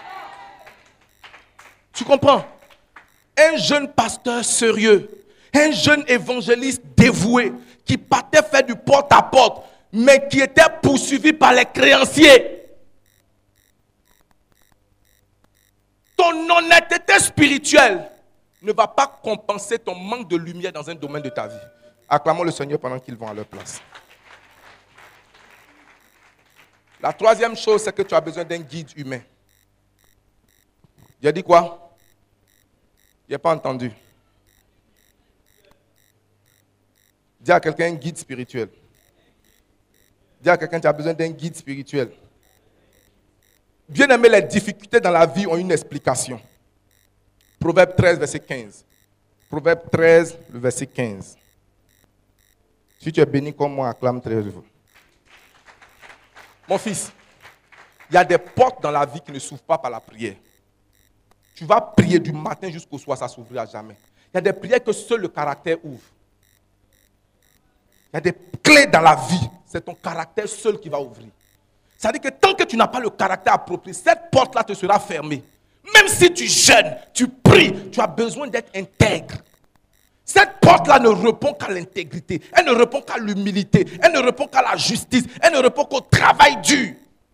Tu comprends? Un jeune pasteur sérieux, un jeune évangéliste dévoué qui partait faire du porte-à-porte, mais qui était poursuivi par les créanciers. Ton honnêteté spirituelle ne va pas compenser ton manque de lumière dans un domaine de ta vie. Acclamons le Seigneur pendant qu'ils vont à leur place. La troisième chose, c'est que tu as besoin d'un guide humain. J'ai dit quoi? Je n'ai pas entendu. Dis à quelqu'un un guide spirituel. Dis à quelqu'un, tu as besoin d'un guide spirituel. Bien aimé, les difficultés dans la vie ont une explication. Proverbe 13, verset 15. Proverbe 13, le verset 15. Si tu es béni comme moi, acclame très heureux. Mon fils, il y a des portes dans la vie qui ne s'ouvrent pas par la prière. Tu vas prier du matin jusqu'au soir, ça ne s'ouvrira jamais. Il y a des prières que seul le caractère ouvre. Il y a des clés dans la vie. C'est ton caractère seul qui va ouvrir. C'est-à-dire que tant que tu n'as pas le caractère approprié, cette porte-là te sera fermée. Même si tu jeûnes, tu pries, tu as besoin d'être intègre. Cette porte-là ne répond qu'à l'intégrité. Elle ne répond qu'à l'humilité. Elle ne répond qu'à la justice. Elle ne répond qu'au travail dur.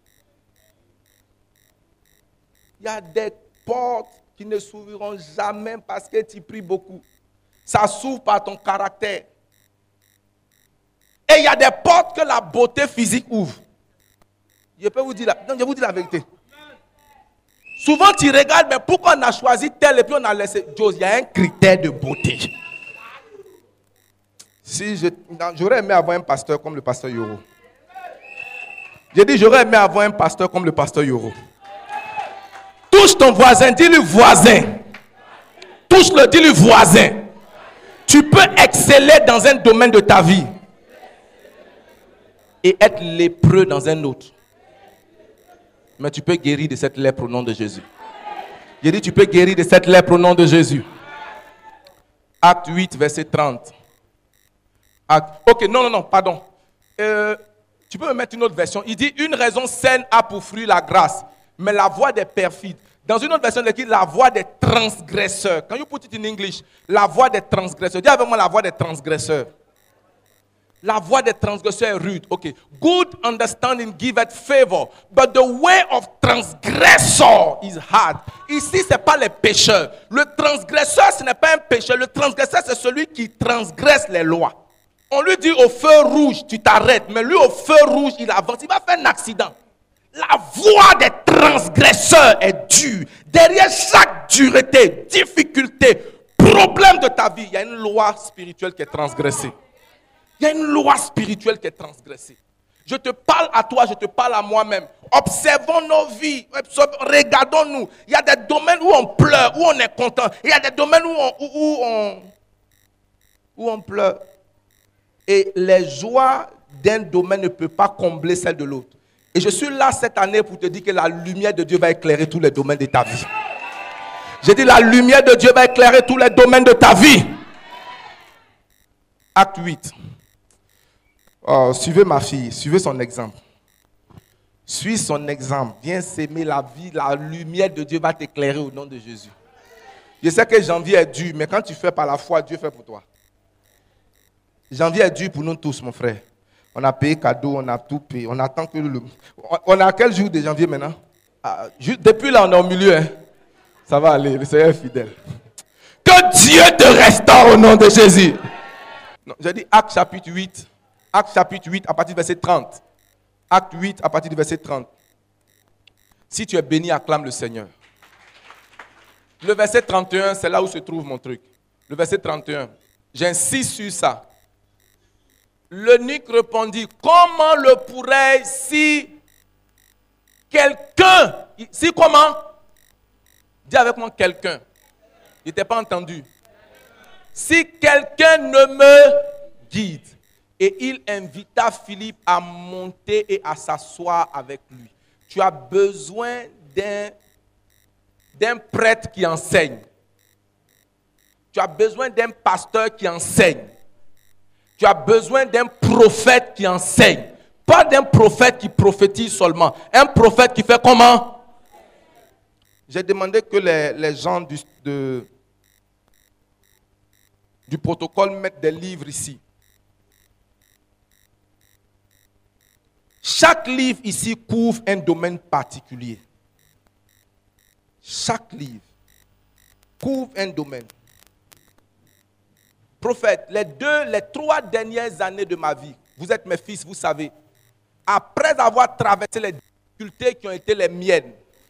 Il y a des portes qui ne s'ouvriront jamais parce que tu pries beaucoup. Ça s'ouvre par ton caractère. Et il y a des portes que la beauté physique ouvre. Je peux vous dire la vérité. Souvent tu regardes, mais pourquoi on a choisi tel et puis on a laissé Jose? Il y a un critère de beauté. J'aurais aimé avoir un pasteur comme le pasteur Yoro. J'ai dit, j'aurais aimé avoir un pasteur comme le pasteur Yoro. Touche ton voisin, dis-lui voisin. Touche-le, dis-lui voisin. Tu peux exceller dans un domaine de ta vie et être lépreux dans un autre. Mais tu peux guérir de cette lèpre au nom de Jésus. J'ai dit, tu peux guérir de cette lèpre au nom de Jésus. Acte 8, verset 30. Ok, non, pardon. Tu peux me mettre une autre version. Il dit, une raison saine a pour fruit la grâce, mais la voie des perfides. Dans une autre version, il dit la voie des transgresseurs. Can you put it in English? La voie des transgresseurs. Dis avec moi la voie des transgresseurs. La voie des transgresseurs est rude. Ok. Good understanding giveth favor, but the way of transgressor is hard. Ici, ce n'est pas les pécheurs. Le transgresseur, ce n'est pas un pécheur. Le transgresseur, c'est celui qui transgresse les lois. On lui dit au feu rouge, tu t'arrêtes. Mais lui, au feu rouge, il avance. Il va faire un accident. La voie des transgresseurs est dure. Derrière chaque dureté, difficulté, problème de ta vie, il y a une loi spirituelle qui est transgressée. Il y a une loi spirituelle qui est transgressée. Je te parle à toi, je te parle à moi-même. Observons nos vies, regardons-nous. Il y a des domaines où on pleure, où on est content. Il y a des domaines où on pleure. Et les joies d'un domaine ne peuvent pas combler celle de l'autre. Et je suis là cette année pour te dire que la lumière de Dieu va éclairer tous les domaines de ta vie. J'ai dit la lumière de Dieu va éclairer tous les domaines de ta vie. Acte 8. Oh, suivez ma fille, suivez son exemple. Suis son exemple. Viens s'aimer la vie. La lumière de Dieu va t'éclairer au nom de Jésus. Je sais que janvier est dur, mais quand tu fais par la foi, Dieu fait pour toi. Janvier est dur pour nous tous, mon frère. On a payé cadeau, on a tout payé. On attend que le... On a quel jour de janvier maintenant? Depuis là, on est au milieu. Hein? Ça va aller, le Seigneur est fidèle. Que Dieu te restaure au nom de Jésus. J'ai dit Acte chapitre 8. Acte chapitre 8 à partir du verset 30. Acte 8 à partir du verset 30. Si tu es béni, acclame le Seigneur. Le verset 31, c'est là où se trouve mon truc. Le verset 31. J'insiste sur ça. L'eunuque répondit, comment le pourrais-je si quelqu'un, si comment? Dis avec moi quelqu'un. Il n'était pas entendu. Si quelqu'un ne me guide. Et il invita Philippe à monter et à s'asseoir avec lui. Tu as besoin d'un prêtre qui enseigne. Tu as besoin d'un pasteur qui enseigne. Tu as besoin d'un prophète qui enseigne. Pas d'un prophète qui prophétise seulement. Un prophète qui fait comment? J'ai demandé que les gens du protocole mettent des livres ici. Chaque livre ici couvre un domaine particulier. Chaque livre couvre un domaine. Prophète, les 3 dernières années de ma vie, vous êtes mes fils, vous savez, après avoir traversé les difficultés qui ont été les miennes,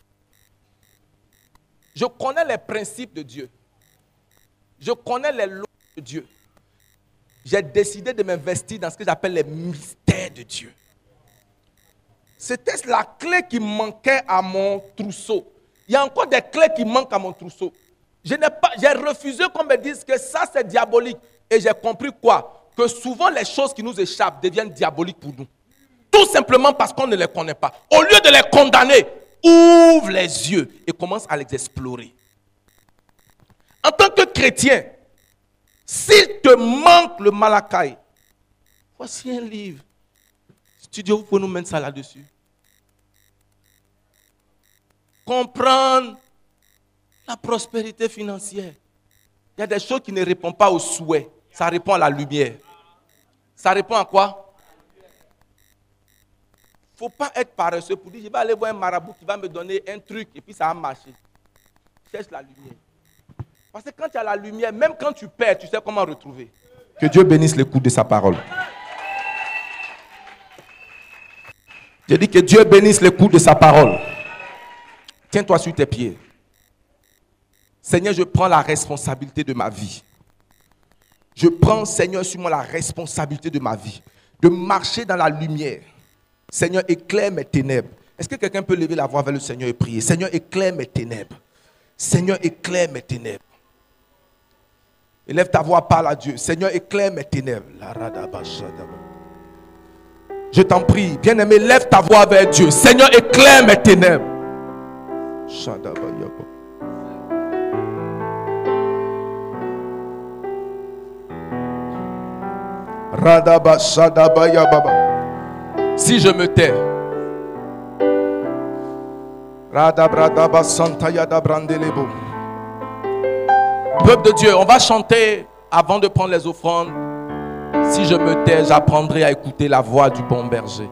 je connais les principes de Dieu. Je connais les lois de Dieu. J'ai décidé de m'investir dans ce que j'appelle les mystères de Dieu. C'était la clé qui manquait à mon trousseau. Il y a encore des clés qui manquent à mon trousseau. J'ai refusé qu'on me dise que ça c'est diabolique. Et j'ai compris quoi? Que souvent les choses qui nous échappent deviennent diaboliques pour nous. Tout simplement parce qu'on ne les connaît pas. Au lieu de les condamner, ouvre les yeux et commence à les explorer. En tant que chrétien, s'il te manque le Malachi, voici un livre. Studio, vous pouvez nous mettre ça là-dessus. Comprendre la prospérité financière. Il y a des choses qui ne répondent pas aux souhaits. Ça répond à la lumière. Ça répond à quoi? Il ne faut pas être paresseux pour dire, je vais aller voir un marabout qui va me donner un truc et puis ça va marcher. Cherche la lumière. Parce que quand tu as la lumière, même quand tu perds, tu sais comment retrouver. Que Dieu bénisse l'écoute de sa parole. J'ai dit que Dieu bénisse l'écoute de sa parole. Tiens-toi sur tes pieds. Seigneur, je prends la responsabilité de ma vie. Je prends, Seigneur, sur moi la responsabilité de ma vie. De marcher dans la lumière. Seigneur, éclaire mes ténèbres. Est-ce que quelqu'un peut lever la voix vers le Seigneur et prier? Seigneur, éclaire mes ténèbres. Seigneur, éclaire mes ténèbres. Élève ta voix, parle à Dieu. Seigneur, éclaire mes ténèbres. Je t'en prie, bien-aimé, lève ta voix vers Dieu. Seigneur, éclaire mes ténèbres. Si je me tais, peuple de Dieu, on va chanter avant de prendre les offrandes. Si je me tais, j'apprendrai à écouter la voix du bon berger.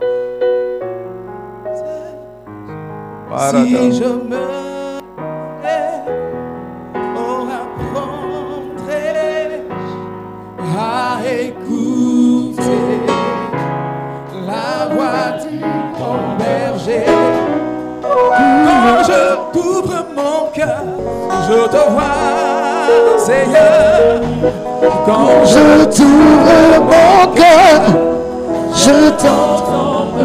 Si je me tais, on apprendrait à écouter la voix du bon berger. Quand je t'ouvre mon cœur, je te vois, Seigneur. Quand je t'ouvre mon cœur, je t'entends.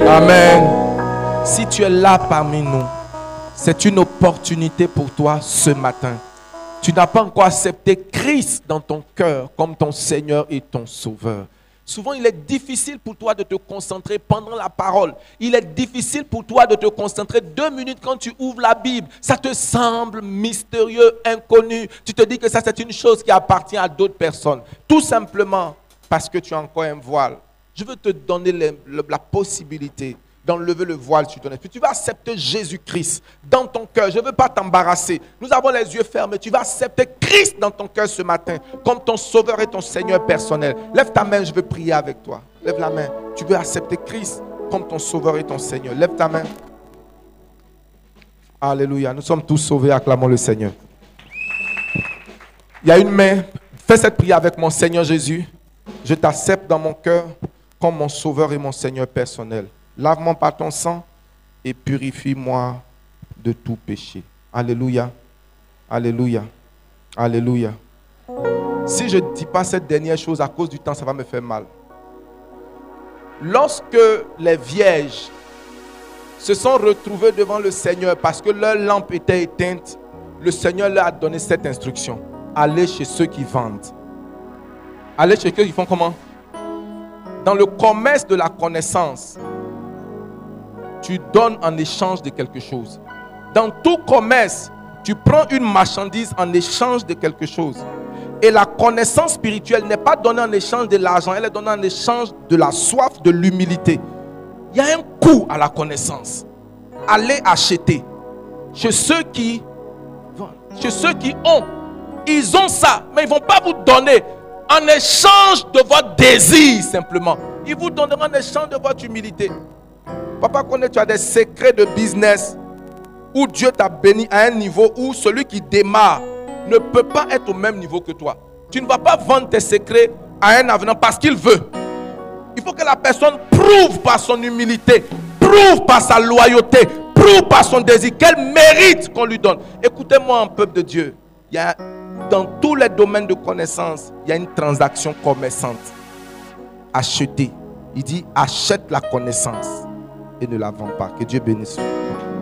Amen. Si tu es là parmi nous, c'est une opportunité pour toi ce matin. Tu n'as pas encore accepté Christ dans ton cœur comme ton Seigneur et ton Sauveur. Souvent, il est difficile pour toi de te concentrer pendant la parole. Il est difficile pour toi de te concentrer 2 minutes quand tu ouvres la Bible. Ça te semble mystérieux, inconnu. Tu te dis que ça, c'est une chose qui appartient à d'autres personnes. Tout simplement parce que tu as encore un voile. Je veux te donner la possibilité d'enlever le voile sur ton esprit. Tu vas accepter Jésus-Christ dans ton cœur. Je ne veux pas t'embarrasser. Nous avons les yeux fermés. Tu vas accepter Christ dans ton cœur ce matin comme ton Sauveur et ton Seigneur personnel. Lève ta main, je veux prier avec toi. Lève la main. Tu veux accepter Christ comme ton Sauveur et ton Seigneur. Lève ta main. Alléluia. Nous sommes tous sauvés. Acclamons le Seigneur. Il y a une main. Fais cette prière avec mon Seigneur Jésus. Je t'accepte dans mon cœur comme mon Sauveur et mon Seigneur personnel. Lave-moi par ton sang et purifie-moi de tout péché. Alléluia. Alléluia. Alléluia. Si je ne dis pas cette dernière chose à cause du temps, ça va me faire mal. Lorsque les vierges se sont retrouvées devant le Seigneur parce que leur lampe était éteinte, le Seigneur leur a donné cette instruction. Allez chez ceux qui vendent. Allez chez ceux qui font comment? Dans le commerce de la connaissance, tu donnes en échange de quelque chose. Dans tout commerce, tu prends une marchandise en échange de quelque chose. Et la connaissance spirituelle n'est pas donnée en échange de l'argent, elle est donnée en échange de la soif, de l'humilité. Il y a un coût à la connaissance. Allez acheter chez ceux qui ont. Ils ont ça, mais ils ne vont pas vous donner en échange de votre désir simplement. Ils vous donneront en échange de votre humilité. Papa connaît, tu as des secrets de business où Dieu t'a béni à un niveau où celui qui démarre ne peut pas être au même niveau que toi. Tu ne vas pas vendre tes secrets à un avenant parce qu'il veut. Il faut que la personne prouve par son humilité, prouve par sa loyauté, prouve par son désir qu'elle mérite qu'on lui donne. Écoutez-moi, un peuple de Dieu. Dans tous les domaines de connaissance, il y a une transaction commerçante. Acheter. Il dit achète la connaissance et ne la vends pas. Que Dieu bénisse.